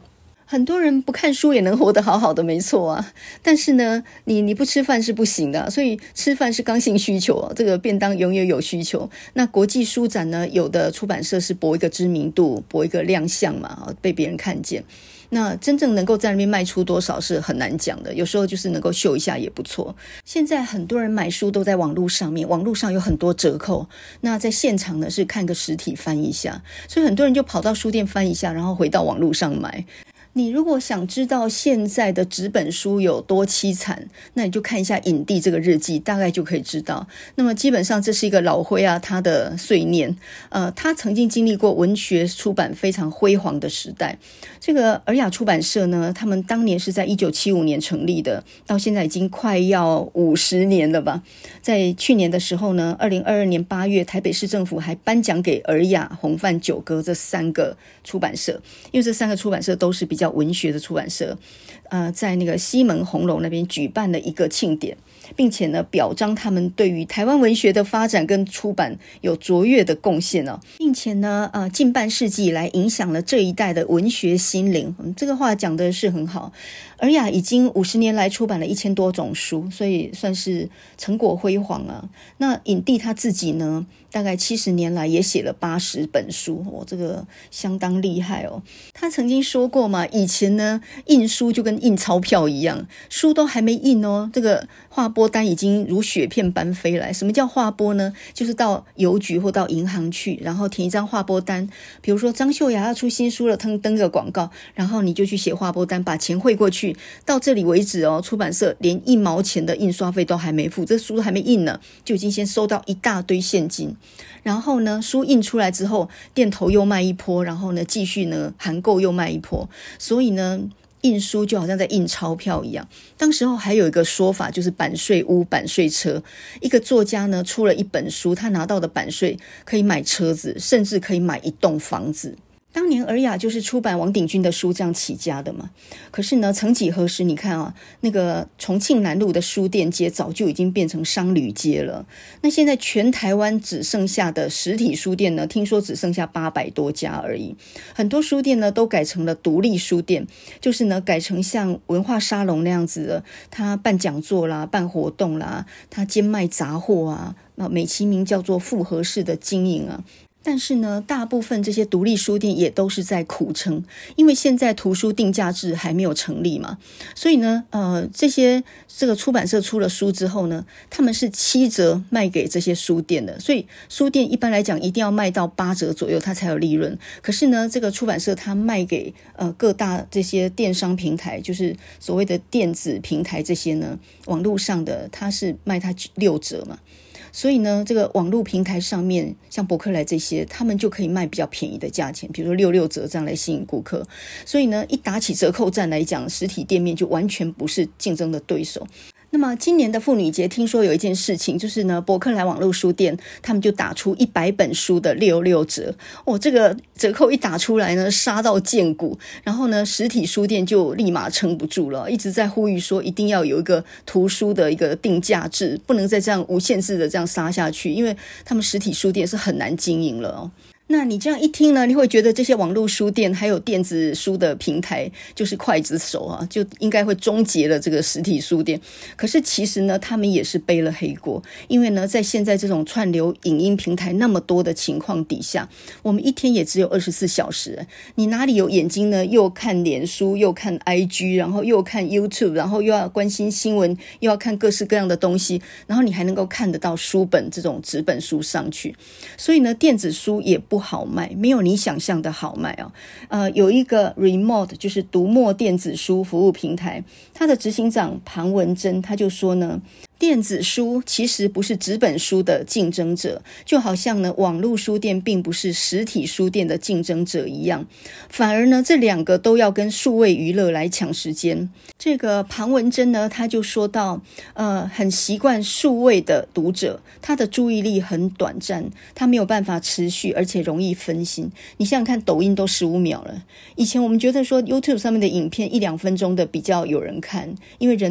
很多人不看书也能活得好好的，没错啊。但是呢，你不吃饭是不行的，所以吃饭是刚性需求，这个便当永远有需求。那国际书展呢，有的出版社是博一个知名度，博一个亮相嘛，被别人看见。那真正能够在那边卖出多少是很难讲的，有时候就是能够秀一下也不错。现在很多人买书都在网络上面，网络上有很多折扣，那在现场呢是看个实体翻一下，所以很多人就跑到书店翻一下，然后回到网络上买。你如果想知道现在的纸本书有多凄惨，那你就看一下影帝这个日记，大概就可以知道。那么基本上这是一个老灰啊，他的碎念。他曾经经历过文学出版非常辉煌的时代。这个尔雅出版社呢，他们当年是在1975年成立的，到现在已经快要50年了吧。在去年的时候呢，2022年8月，台北市政府还颁奖给尔雅、洪范、九歌这3个出版社，因为这3个出版社都是比较文学的出版社，在那个西门红楼那边举办了一个庆典，并且呢表彰他们对于台湾文学的发展跟出版有卓越的贡献哦，并且呢近半世纪以来影响了这一代的文学心灵。这个话讲的是很好。尔雅已经50年来出版了1000多种书，所以算是成果辉煌啊。那影帝他自己呢，大概70年来也写了80本书，这个相当厉害哦。他曾经说过嘛，以前呢印书就跟印钞票一样，书都还没印哦，这个划拨单已经如雪片般飞来。什么叫划拨呢？就是到邮局或到银行去，然后填一张划拨单，比如说张秀雅要出新书了，登个广告，然后你就去写划拨单，把钱汇过去。到这里为止哦，出版社连1毛钱的印刷费都还没付，这书还没印呢，就已经先收到一大堆现金。然后呢，书印出来之后，店头又卖一波，然后呢，继续呢函购又卖一波，所以呢，印书就好像在印钞票一样。当时候还有一个说法，就是版税屋、版税车。一个作家呢出了一本书，他拿到的版税可以买车子，甚至可以买一栋房子。当年尔雅就是出版王鼎钧的书这样起家的嘛。可是呢，曾几何时，你看啊，那个重庆南路的书店街早就已经变成商旅街了。那现在全台湾只剩下的实体书店呢，听说只剩下800多家而已。很多书店呢都改成了独立书店，就是呢改成像文化沙龙那样子的，他办讲座啦、办活动啦，他兼卖杂货啊，美其名叫做复合式的经营啊。但是呢，大部分这些独立书店也都是在苦撑，因为现在图书定价制还没有成立嘛，所以呢，这个出版社出了书之后呢，他们是7折卖给这些书店的，所以书店一般来讲一定要卖到8折左右，它才有利润。可是呢，这个出版社它卖给各大这些电商平台，就是所谓的电子平台这些呢，网络上的它是卖它6折嘛。所以呢，这个网络平台上面像博客来这些，他们就可以卖比较便宜的价钱，比如说66折这样来吸引顾客。所以呢，一打起折扣战来讲，实体店面就完全不是竞争的对手。那么今年的妇女节，听说有一件事情，就是呢，博客来网络书店他们就打出100本书的66折。这个折扣一打出来呢，杀到见骨。然后呢，实体书店就立马撑不住了，一直在呼吁说一定要有一个图书的一个定价制，不能再这样无限制的这样杀下去，因为他们实体书店是很难经营了哦。那你这样一听呢，你会觉得这些网络书店还有电子书的平台就是刽子手啊，就应该会终结了这个实体书店。可是其实呢，他们也是背了黑锅，因为呢，在现在这种串流影音平台那么多的情况底下，我们一天也只有24小时，你哪里有眼睛呢？又看脸书，又看 IG， 然后又看 YouTube， 然后又要关心新闻，又要看各式各样的东西，然后你还能够看得到书本这种纸本书上去。所以呢，电子书也不好卖，没有你想象的好卖哦。有一个 Remote 就是读墨电子书服务平台，它的执行长庞文珍他就说呢，电子书其实不是纸本书的竞争者，就好像呢网络书店并不是实体书店的竞争者一样，反而呢这2个都要跟数位娱乐来抢时间。这个庞文珍呢，他就说到很习惯数位的读者，他的注意力很短暂，他没有办法持续，而且容易分心。你想想看，抖音都15秒了，以前我们觉得说 YouTube 上面的影片1-2分钟的比较有人看，因为人的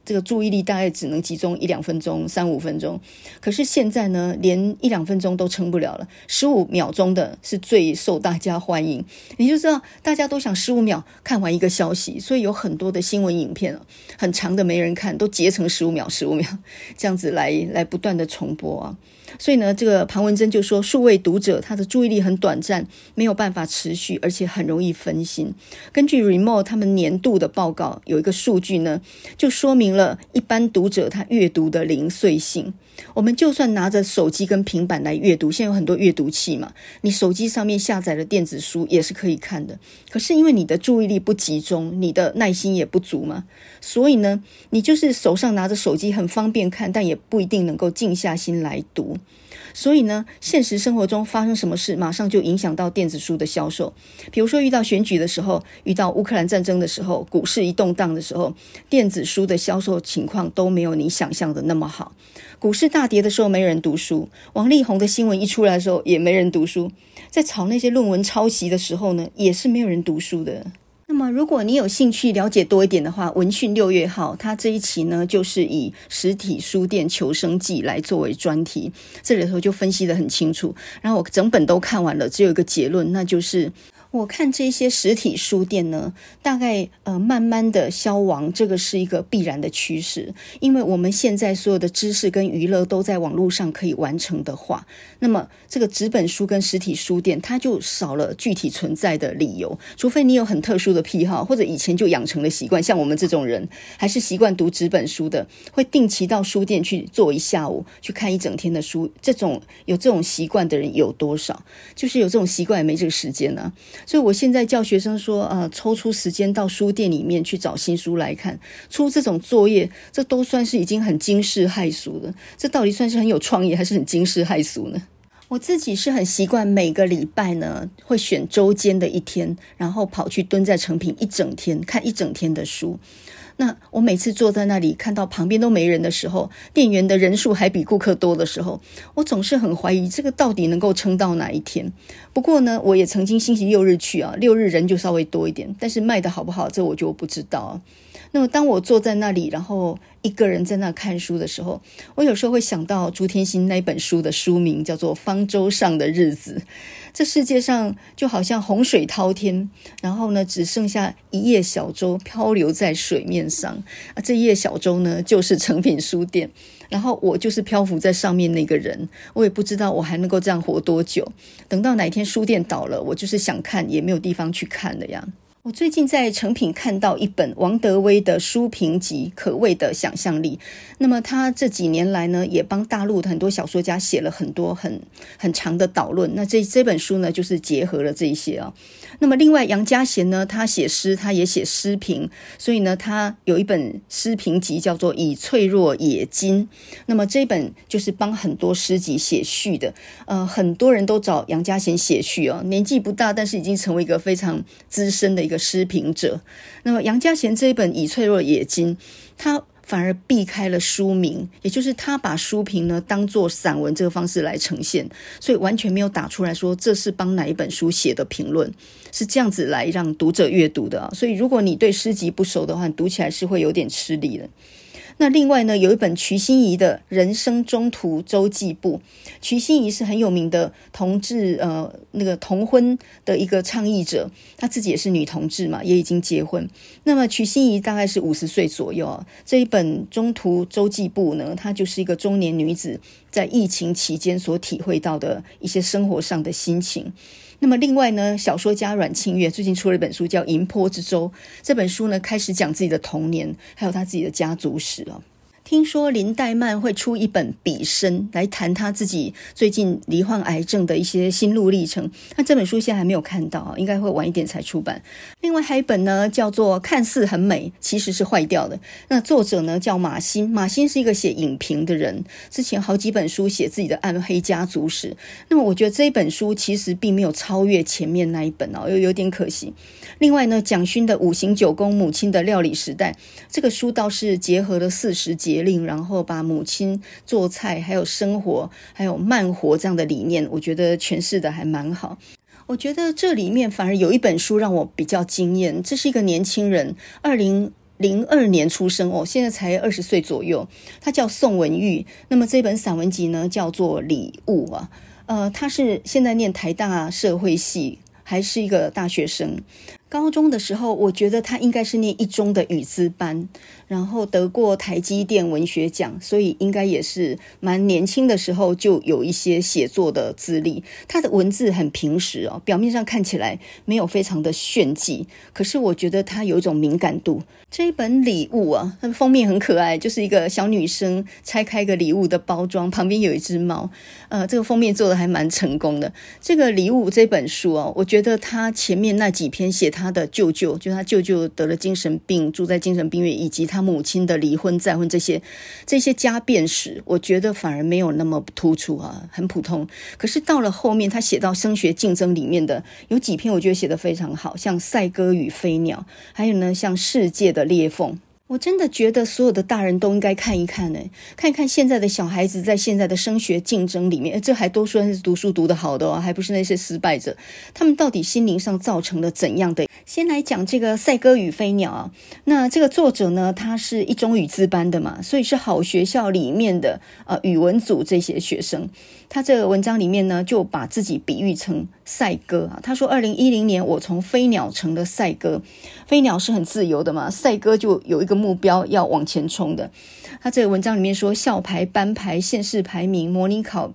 这个注意力大概只能集中1-2分钟、3-5分钟。可是现在呢，连1-2分钟都撑不了了，15秒钟的是最受大家欢迎。你就知道大家都想15秒看完一个消息，所以有很多的新闻影片很长的没人看，都截成15秒这样子来不断的重播啊。所以呢，这个庞文珍就说，数位读者他的注意力很短暂，没有办法持续，而且很容易分心。根据 Remote 他们年度的报告，有一个数据呢，就说明了一般读者他阅读的零碎性。我们就算拿着手机跟平板来阅读，现在有很多阅读器嘛，你手机上面下载的电子书也是可以看的。可是因为你的注意力不集中，你的耐心也不足嘛，所以呢，你就是手上拿着手机很方便看，但也不一定能够静下心来读。所以呢，现实生活中发生什么事，马上就影响到电子书的销售。比如说遇到选举的时候，遇到乌克兰战争的时候，股市一动荡的时候，电子书的销售情况都没有你想象的那么好。股市大跌的时候没人读书，王力宏的新闻一出来的时候也没人读书，在炒那些论文抄袭的时候呢，也是没有人读书的。那么如果你有兴趣了解多一点的话，文讯6月号它这一期呢，就是以实体书店求生记来作为专题，这里头就分析得很清楚，然后我整本都看完了，只有一个结论，那就是我看这些实体书店呢，大概慢慢的消亡，这个是一个必然的趋势，因为我们现在所有的知识跟娱乐都在网络上可以完成的话，那么这个纸本书跟实体书店它就少了具体存在的理由，除非你有很特殊的癖好，或者以前就养成了习惯，像我们这种人还是习惯读纸本书的，会定期到书店去坐一下午，去看一整天的书，有这种习惯的人有多少？就是有这种习惯也没这个时间啊。所以我现在叫学生说抽出时间到书店里面去找新书来看，出这种作业，这都算是已经很惊世骇俗了。这到底算是很有创意还是很惊世骇俗呢？我自己是很习惯每个礼拜呢会选周间的一天，然后跑去蹲在诚品一整天看一整天的书。那我每次坐在那里看到旁边都没人的时候，店员的人数还比顾客多的时候，我总是很怀疑这个到底能够撑到哪一天。不过呢，我也曾经星期六日去6日人就稍微多一点，但是卖的好不好这我就不知道那么当我坐在那里，然后一个人在那看书的时候，我有时候会想到朱天心那本书的书名叫做《方舟上的日子》。这世界上就好像洪水滔天，然后呢只剩下一叶小舟漂流在水面上这一叶小舟呢就是诚品书店，然后我就是漂浮在上面那个人，我也不知道我还能够这样活多久，等到哪一天书店倒了，我就是想看也没有地方去看了呀。我最近在诚品看到一本王德威的书评集《可畏的想象力》，那么他这几年来呢，也帮大陆的很多小说家写了很多很长的导论，那这本书呢，就是结合了这一些那么另外杨家贤呢，他写诗，他也写诗评，所以呢，他有一本诗评集叫做《以脆弱冶金》，那么这本就是帮很多诗集写序的，很多人都找杨家贤写序年纪不大，但是已经成为一个非常资深的一个诗评者。那么杨家贤这一本《以脆弱冶金》，他反而避开了书名，也就是他把书评呢当作散文这个方式来呈现，所以完全没有打出来说这是帮哪一本书写的评论，是这样子来让读者阅读的所以如果你对诗集不熟的话，你读起来是会有点吃力的。那另外呢，有一本瞿欣怡的人生中途周记簿。瞿欣怡是很有名的同志那个同婚的一个倡议者，她自己也是女同志嘛，也已经结婚。那么瞿欣怡大概是50岁左右这一本中途周记簿呢，她就是一个中年女子在疫情期间所体会到的一些生活上的心情。那么另外呢，小说家阮庆月最近出了一本书叫《银波之舟》，这本书呢开始讲自己的童年还有他自己的家族史听说林黛曼会出一本《笔生》来谈他自己最近罹患癌症的一些心路历程，那这本书现在还没有看到应该会晚一点才出版。另外还有一本呢叫做《看似很美其实是坏掉的》，那作者呢叫马欣，马欣是一个写影评的人，之前好几本书写自己的暗黑家族史，那么我觉得这一本书其实并没有超越前面那一本有点可惜。另外呢，蒋勋的《五行九宫母亲的料理时代》，这个书倒是结合了40节令，然后把母亲做菜还有生活还有慢活这样的理念，我觉得诠释的还蛮好。我觉得这里面反而有一本书让我比较惊艳，这是一个年轻人20 02年出生哦，现在才20岁左右。他叫宋文玉，那么这本散文集呢叫做《礼物》啊。他是现在念台大社会系，还是一个大学生。高中的时候，我觉得他应该是念一中的语资班，然后得过台积电文学奖，所以应该也是蛮年轻的时候就有一些写作的资历。他的文字很平实哦，表面上看起来没有非常的炫技，可是我觉得他有一种敏感度。这一本礼物啊，它的封面很可爱，就是一个小女生拆开一个礼物的包装，旁边有一只猫。这个封面做的还蛮成功的。这个礼物这本书哦，我觉得他前面那几篇写他的舅舅，就是他舅舅得了精神病，住在精神病院，以及他母亲的离婚再婚这些家变史，我觉得反而没有那么突出啊，很普通。可是到了后面他写到升学竞争里面的有几篇我觉得写得非常好，像赛鸽与飞鸟，还有呢像世界的裂缝。我真的觉得所有的大人都应该看一看看一看现在的小孩子在现在的升学竞争里面，这还都算是读书读得好的还不是那些失败者，他们到底心灵上造成了怎样的。先来讲这个赛鸽与飞鸟啊，那这个作者呢，他是一中语资班的嘛，所以是好学校里面的语文组这些学生。他这个文章里面呢，就把自己比喻成赛鸽啊。他说2010年我从飞鸟成了赛鸽，飞鸟是很自由的嘛，赛鸽就有一个目标要往前冲的。他这个文章里面说，校排、班排、县市排名、模拟考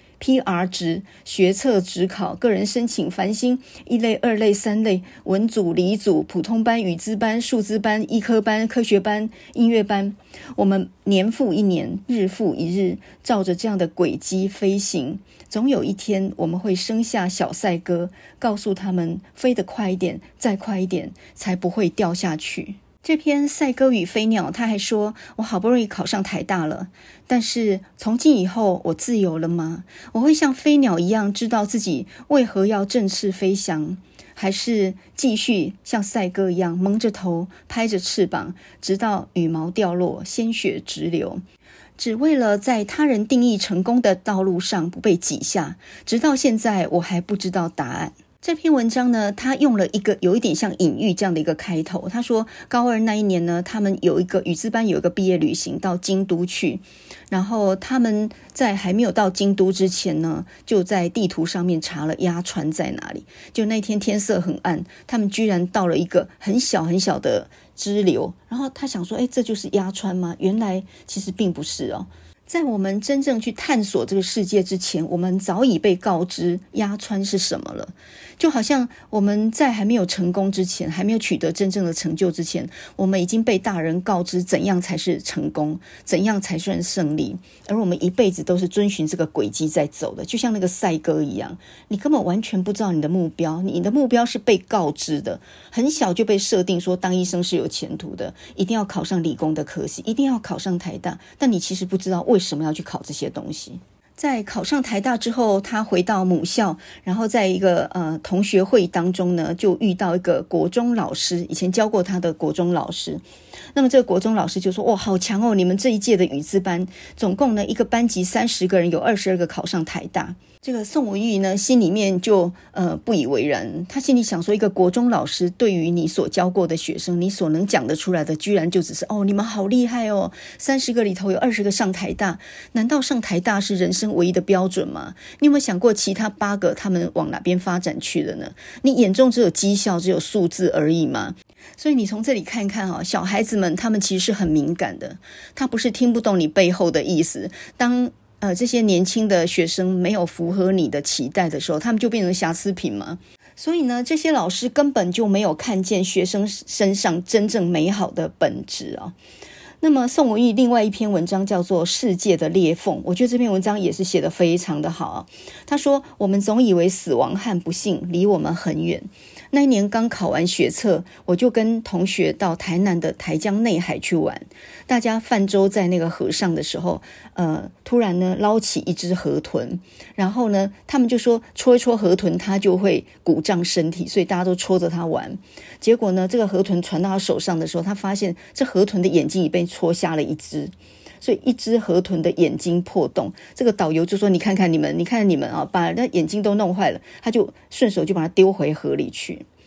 PR 值、学测指考、个人申请、繁星、1类、2类、3类、文组、理组、普通班、语资班、数资班、医科班、科学班、音乐班，我们年复一年，日复一日，照着这样的轨迹飞行。总有一天，我们会生下小赛鸽，告诉他们飞得快一点，再快一点，才不会掉下去。这篇赛鸽与飞鸟，他还说，我好不容易考上台大了，但是从今以后我自由了吗？我会像飞鸟一样知道自己为何要振翅飞翔，还是继续像赛鸽一样蒙着头拍着翅膀，直到羽毛掉落，鲜血直流，只为了在他人定义成功的道路上不被挤下。直到现在我还不知道答案。这篇文章呢，他用了一个有一点像隐喻这样的一个开头。他说高二那一年呢，他们有一个语资班有一个毕业旅行到京都去，然后他们在还没有到京都之前呢，就在地图上面查了鸭川在哪里。就那天天色很暗，他们居然到了一个很小很小的支流，然后他想说这就是鸭川吗？原来其实并不是哦。在我们真正去探索这个世界之前，我们早已被告知鸭川是什么了。就好像我们在还没有成功之前，还没有取得真正的成就之前，我们已经被大人告知怎样才是成功，怎样才算胜利，而我们一辈子都是遵循这个轨迹在走的，就像那个赛鸽一样，你根本完全不知道你的目标，你的目标是被告知的，很小就被设定说当医生是有前途的，一定要考上理工的科系，一定要考上台大，但你其实不知道为什么要去考这些东西。在考上台大之后，他回到母校，然后在一个同学会当中呢，就遇到一个国中老师，以前教过他的国中老师。那么这个国中老师就说，哇，好强哦，你们这一届的语资班总共呢一个班级30个人，有22个考上台大。这个宋文玉呢心里面就不以为然，他心里想说，一个国中老师对于你所教过的学生，你所能讲得出来的居然就只是你们好厉害哦，30个里头有20个上台大，难道上台大是人生唯一的标准吗？你有没有想过其他8个他们往哪边发展去了呢？你眼中只有绩效，只有数字而已吗？所以你从这里看看小孩子们他们其实是很敏感的，他不是听不懂你背后的意思，当这些年轻的学生没有符合你的期待的时候，他们就变成瑕疵品嘛。所以呢，这些老师根本就没有看见学生身上真正美好的本质啊。那么宋文玉另外一篇文章叫做《世界的裂缝》，我觉得这篇文章也是写得非常的好啊。他说，我们总以为死亡和不幸离我们很远。那一年刚考完学测，我就跟同学到台南的台江内海去玩。大家泛舟在那个河上的时候，突然呢捞起一只河豚，然后呢他们就说戳一戳河豚它就会鼓胀身体，所以大家都戳着它玩。结果呢这个河豚传到他手上的时候，他发现这河豚的眼睛已被戳瞎了一只，所以一只河豚的眼睛破洞。这个导游就说，你看看你们啊，把那眼睛都弄坏了，他就顺手就把它丢回河里去。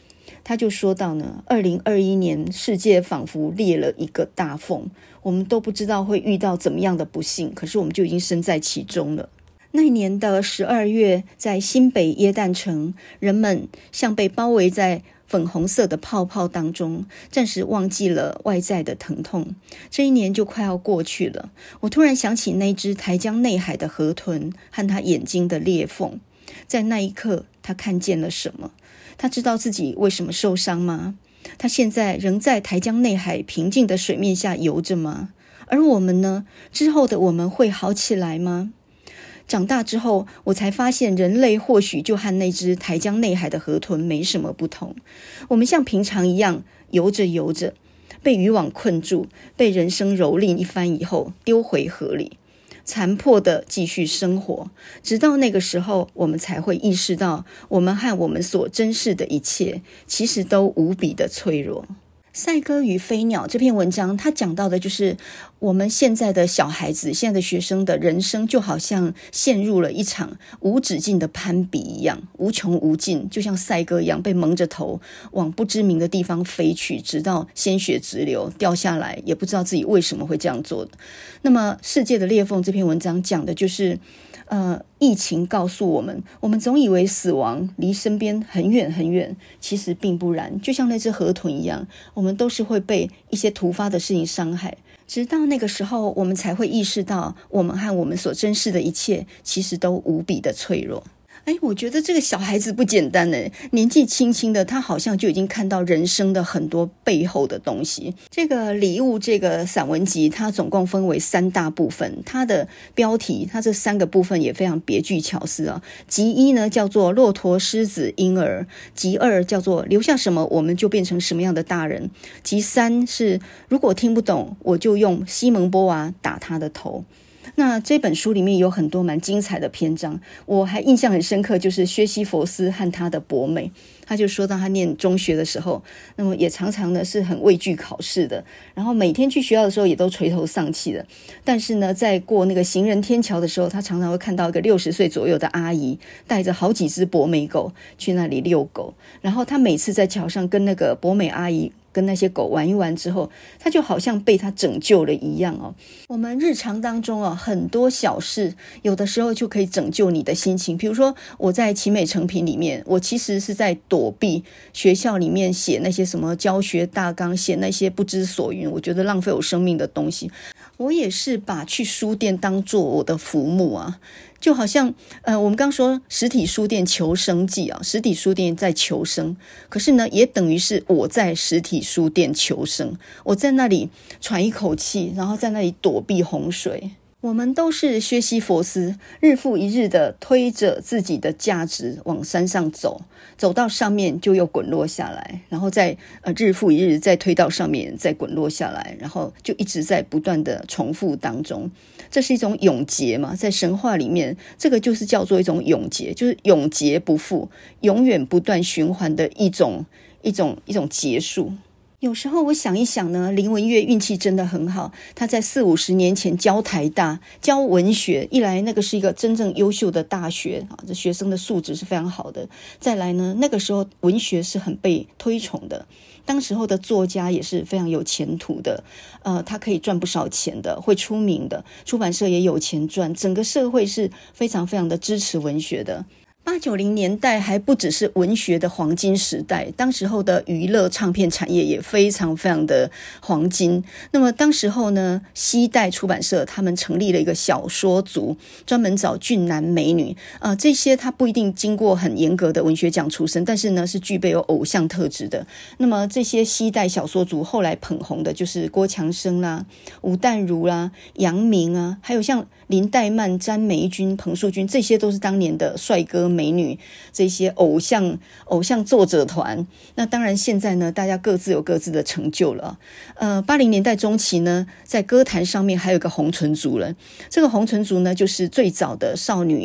他就说到呢，2021年世界仿佛裂了一个大缝，我们都不知道会遇到怎么样的不幸，可是我们就已经身在其中了。那一年的12月，在新北耶诞城，人们像被包围在粉红色的泡泡当中，暂时忘记了外在的疼痛。这一年就快要过去了，我突然想起那只台江内海的河豚和他眼睛的裂缝。在那一刻，他看见了什么？他知道自己为什么受伤吗？他现在仍在台江内海平静的水面下游着吗？而我们呢？之后的我们会好起来吗？长大之后，我才发现人类或许就和那只台江内海的河豚没什么不同。我们像平常一样游着游着，被渔网困住，被人生蹂躏一番以后丢回河里，残破的继续生活。直到那个时候，我们才会意识到，我们和我们所珍视的一切其实都无比的脆弱。赛鸽与飞鸟这篇文章，它讲到的就是我们现在的小孩子，现在的学生的人生就好像陷入了一场无止境的攀比一样，无穷无尽，就像赛鸽一样被蒙着头往不知名的地方飞去，直到鲜血直流掉下来，也不知道自己为什么会这样做的。那么世界的裂缝这篇文章讲的就是疫情告诉我们，我们总以为死亡离身边很远很远，其实并不然。就像那只河豚一样，我们都是会被一些突发的事情伤害，直到那个时候，我们才会意识到，我们和我们所珍视的一切，其实都无比的脆弱。我觉得这个小孩子不简单呢，年纪轻轻的，他好像就已经看到人生的很多背后的东西。这个礼物这个散文集，它总共分为3大部分，它的标题，它这3个部分也非常别具巧思啊。集1呢叫做骆驼、狮子、婴儿，集2叫做留下什么我们就变成什么样的大人，集3是如果听不懂，我就用西蒙波娃打他的头。那这本书里面有很多蛮精彩的篇章，我还印象很深刻，就是薛西弗斯和他的博美。他就说到他念中学的时候，那么也常常呢是很畏惧考试的，然后每天去学校的时候也都垂头丧气的。但是呢，在过那个行人天桥的时候，他常常会看到一个60岁左右的阿姨带着好几只博美狗去那里遛狗，然后他每次在桥上跟那个博美阿姨跟那些狗玩一玩之后，他就好像被他拯救了一样哦。我们日常当中很多小事有的时候就可以拯救你的心情。比如说我在奇美成品里面，我其实是在躲避学校里面写那些什么教学大纲，写那些不知所云，我觉得浪费我生命的东西。我也是把去书店当做我的浮木啊，就好像我们刚说实体书店求生记啊，实体书店在求生，可是呢也等于是我在实体书店求生，我在那里喘一口气，然后在那里躲避洪水。我们都是薛西弗斯，日复一日的推着自己的价值往山上走，走到上面就又滚落下来，然后再日复一日再推到上面，再滚落下来，然后就一直在不断的重复当中。这是一种永劫嘛，在神话里面，这个就是叫做一种永劫，就是永劫不复，永远不断循环的一种结束。有时候我想一想呢，林文月运气真的很好，他在40-50年前教台大教文学，一来那个是一个真正优秀的大学啊，这学生的素质是非常好的，再来呢那个时候文学是很被推崇的，当时候的作家也是非常有前途的，他可以赚不少钱的，会出名的，出版社也有钱赚，整个社会是非常非常的支持文学的。80-90年代还不只是文学的黄金时代，当时候的娱乐唱片产业也非常非常的黄金。那么当时候呢，西代出版社他们成立了一个小说组，专门找俊男美女这些他不一定经过很严格的文学奖出身，但是呢是具备有偶像特质的。那么这些西代小说组后来捧红的就是郭强生啦、吴淡如啦、杨明啊，还有像林黛曼、詹梅君、彭树君，这些都是当年的帅哥美女，这些偶像作者团。那当然现在呢，大家各自有各自的成就了。80年代中期呢，在歌坛上面还有一个红唇族人，这个红唇族呢，就是最早的少女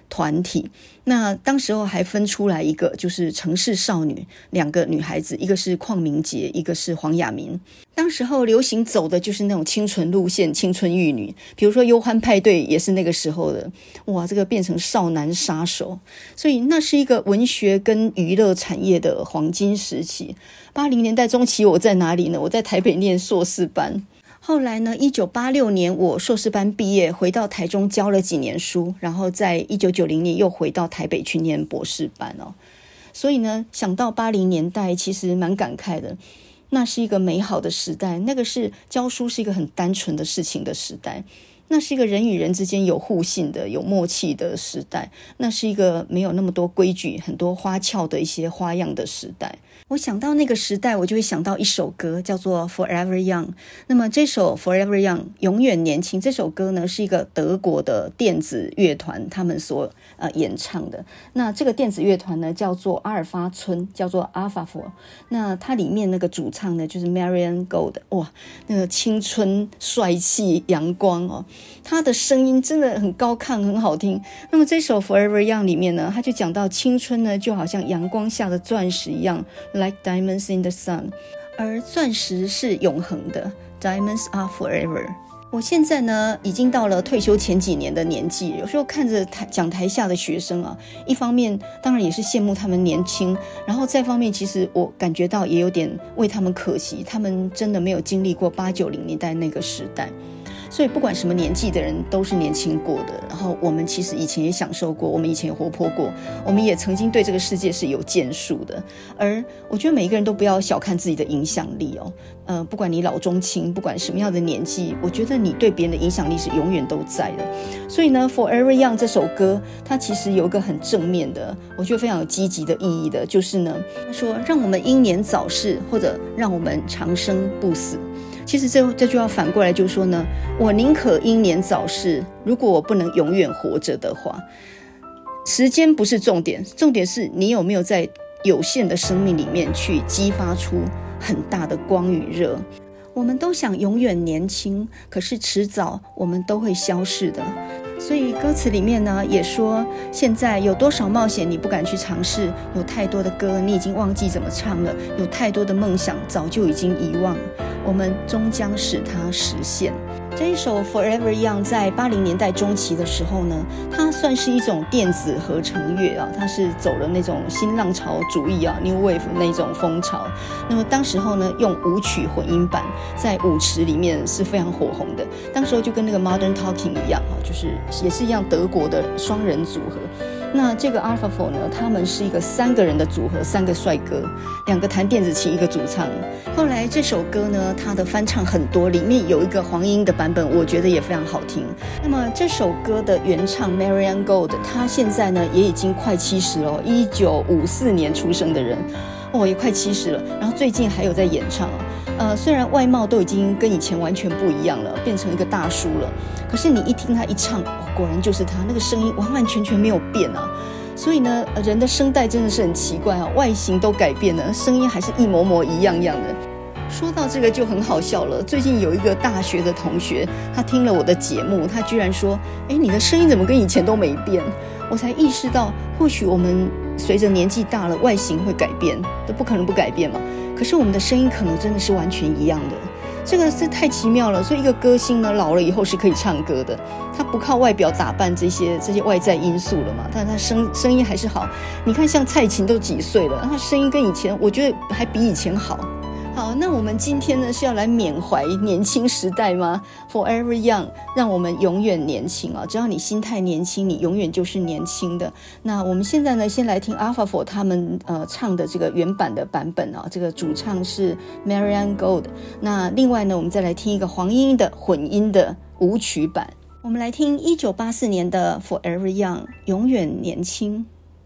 团体。那当时候还分出来一个就是城市少女，2个女孩子，一个是邝明杰，一个是黄雅明。当时候流行走的就是那种清纯路线，青春玉女，比如说忧欢派对也是那个时候的，哇，这个变成少男杀手，所以那是一个文学跟娱乐产业的黄金时期。80年代中期我在哪里呢？我在台北念硕士班。后来呢，1986年我硕士班毕业，回到台中教了几年书，然后在1990年又回到台北去念博士班哦。所以呢，想到80年代其实蛮感慨的，那是一个美好的时代，那个是教书是一个很单纯的事情的时代，那是一个人与人之间有互信的有默契的时代，那是一个没有那么多规矩很多花俏的一些花样的时代。我想到那个时代，我就会想到一首歌叫做 Forever Young。 那么这首 Forever Young 永远年轻，这首歌呢是一个德国的电子乐团他们所演唱的。那这个电子乐团呢叫做阿尔法村，叫做 Alphaville。 那它里面那个主唱呢就是 Marianne Gold， 哇，那个青春帅气阳光哦，他的声音真的很高亢很好听。那么这首 Forever Young 里面呢，他就讲到青春呢就好像阳光下的钻石一样， like diamonds in the sun， 而钻石是永恒的， diamonds are forever。 我现在呢已经到了退休前几年的年纪，有时候看着讲台下的学生啊，一方面当然也是羡慕他们年轻，然后再方面其实我感觉到也有点为他们可惜，他们真的没有经历过80、90年代那个时代。所以不管什么年纪的人都是年轻过的，然后我们其实以前也享受过，我们以前也活泼过，我们也曾经对这个世界是有建树的。而我觉得每一个人都不要小看自己的影响力哦，不管你老中青，不管什么样的年纪，我觉得你对别人的影响力是永远都在的。所以呢 Forever Young 这首歌它其实有一个很正面的，我觉得非常有积极的意义的，就是呢他说让我们英年早逝，或者让我们长生不死。其实这就要反过来就是说呢，我宁可英年早逝，如果我不能永远活着的话。时间不是重点，重点是你有没有在有限的生命里面去激发出很大的光与热。我们都想永远年轻，可是迟早我们都会消逝的。所以歌词里面呢也说，现在有多少冒险你不敢去尝试，有太多的歌你已经忘记怎么唱了，有太多的梦想早就已经遗忘，我们终将使它实现。这一首 Forever Young 在80年代中期的时候呢，它算是一种电子合成乐啊，它是走了那种新浪潮主义啊 New Wave 那种风潮。那么当时候呢用舞曲混音版在舞池里面是非常火红的，当时候就跟那个 Modern Talking 一样啊，就是也是一样德国的双人组合。那这个 Alphaville 呢，他们是一个3个人的组合，3个帅哥，2个弹电子琴，1个主唱。后来这首歌呢，它的翻唱很多，里面有一个黄莺的版本，我觉得也非常好听。那么这首歌的原唱 Marianne Gold， 她现在呢也已经快70了，1954年出生的人，也快70了。然后最近还有在演唱虽然外貌都已经跟以前完全不一样了，变成一个大叔了，可是你一听他一唱，果然就是他，那个声音完完全全没有变啊。所以呢，人的声带真的是很奇怪啊，外形都改变了，声音还是一模模一样样的。说到这个就很好笑了，最近有一个大学的同学，他听了我的节目，他居然说，你的声音怎么跟以前都没变？我才意识到，或许我们随着年纪大了，外形会改变，都不可能不改变嘛。可是我们的声音可能真的是完全一样的，这个是太奇妙了。所以一个歌星呢，老了以后是可以唱歌的，他不靠外表打扮这些外在因素了嘛，但他声音还是好。你看像蔡琴都几岁了，他声音跟以前我觉得还比以前好。好，那我们今天呢是要来缅怀年轻时代吗？ Forever Young， 让我们永远年轻啊！只要你心态年轻，你永远就是年轻的。那我们现在呢，先来听 Alphaville 他们唱的这个原版的版本啊，这个主唱是 Marianne Gold。那另外呢，我们再来听一个黄莺的混音的舞曲版。我们来听1984年的 Forever Young， 永远年轻。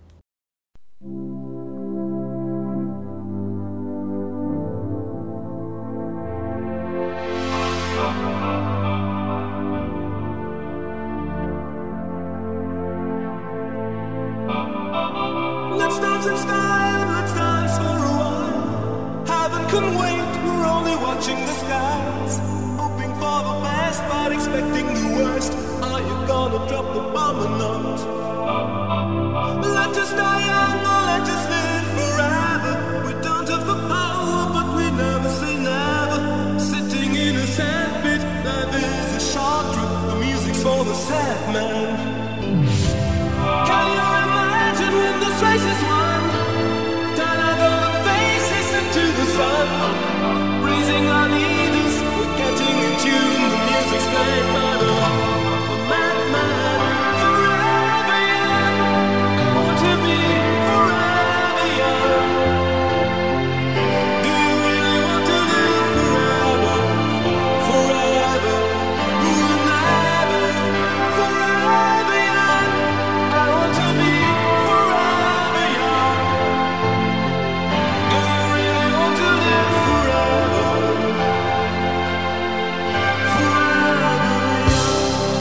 Let's dance in style, let's dance for a while. Heaven can wait, we're only watching the skies. Hoping for the best, but expecting the worst. Are you gonna drop the bomb or not? Let us die young or let us live forever. We don't have the power, but we never say never. Sitting in a sandpit, life is a short trip. The music's for the sad man. Can you imagine when this race is won? Turn our golden faces into the sun. Raising our leaders, we're getting in tune. The music's played by the madman. Forever young, I want to be forever young. Do you really want to live forever? Forever, never. Forever young, I want to be forever young. Do you really want to live forever? Forever young.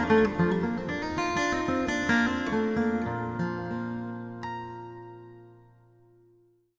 Thank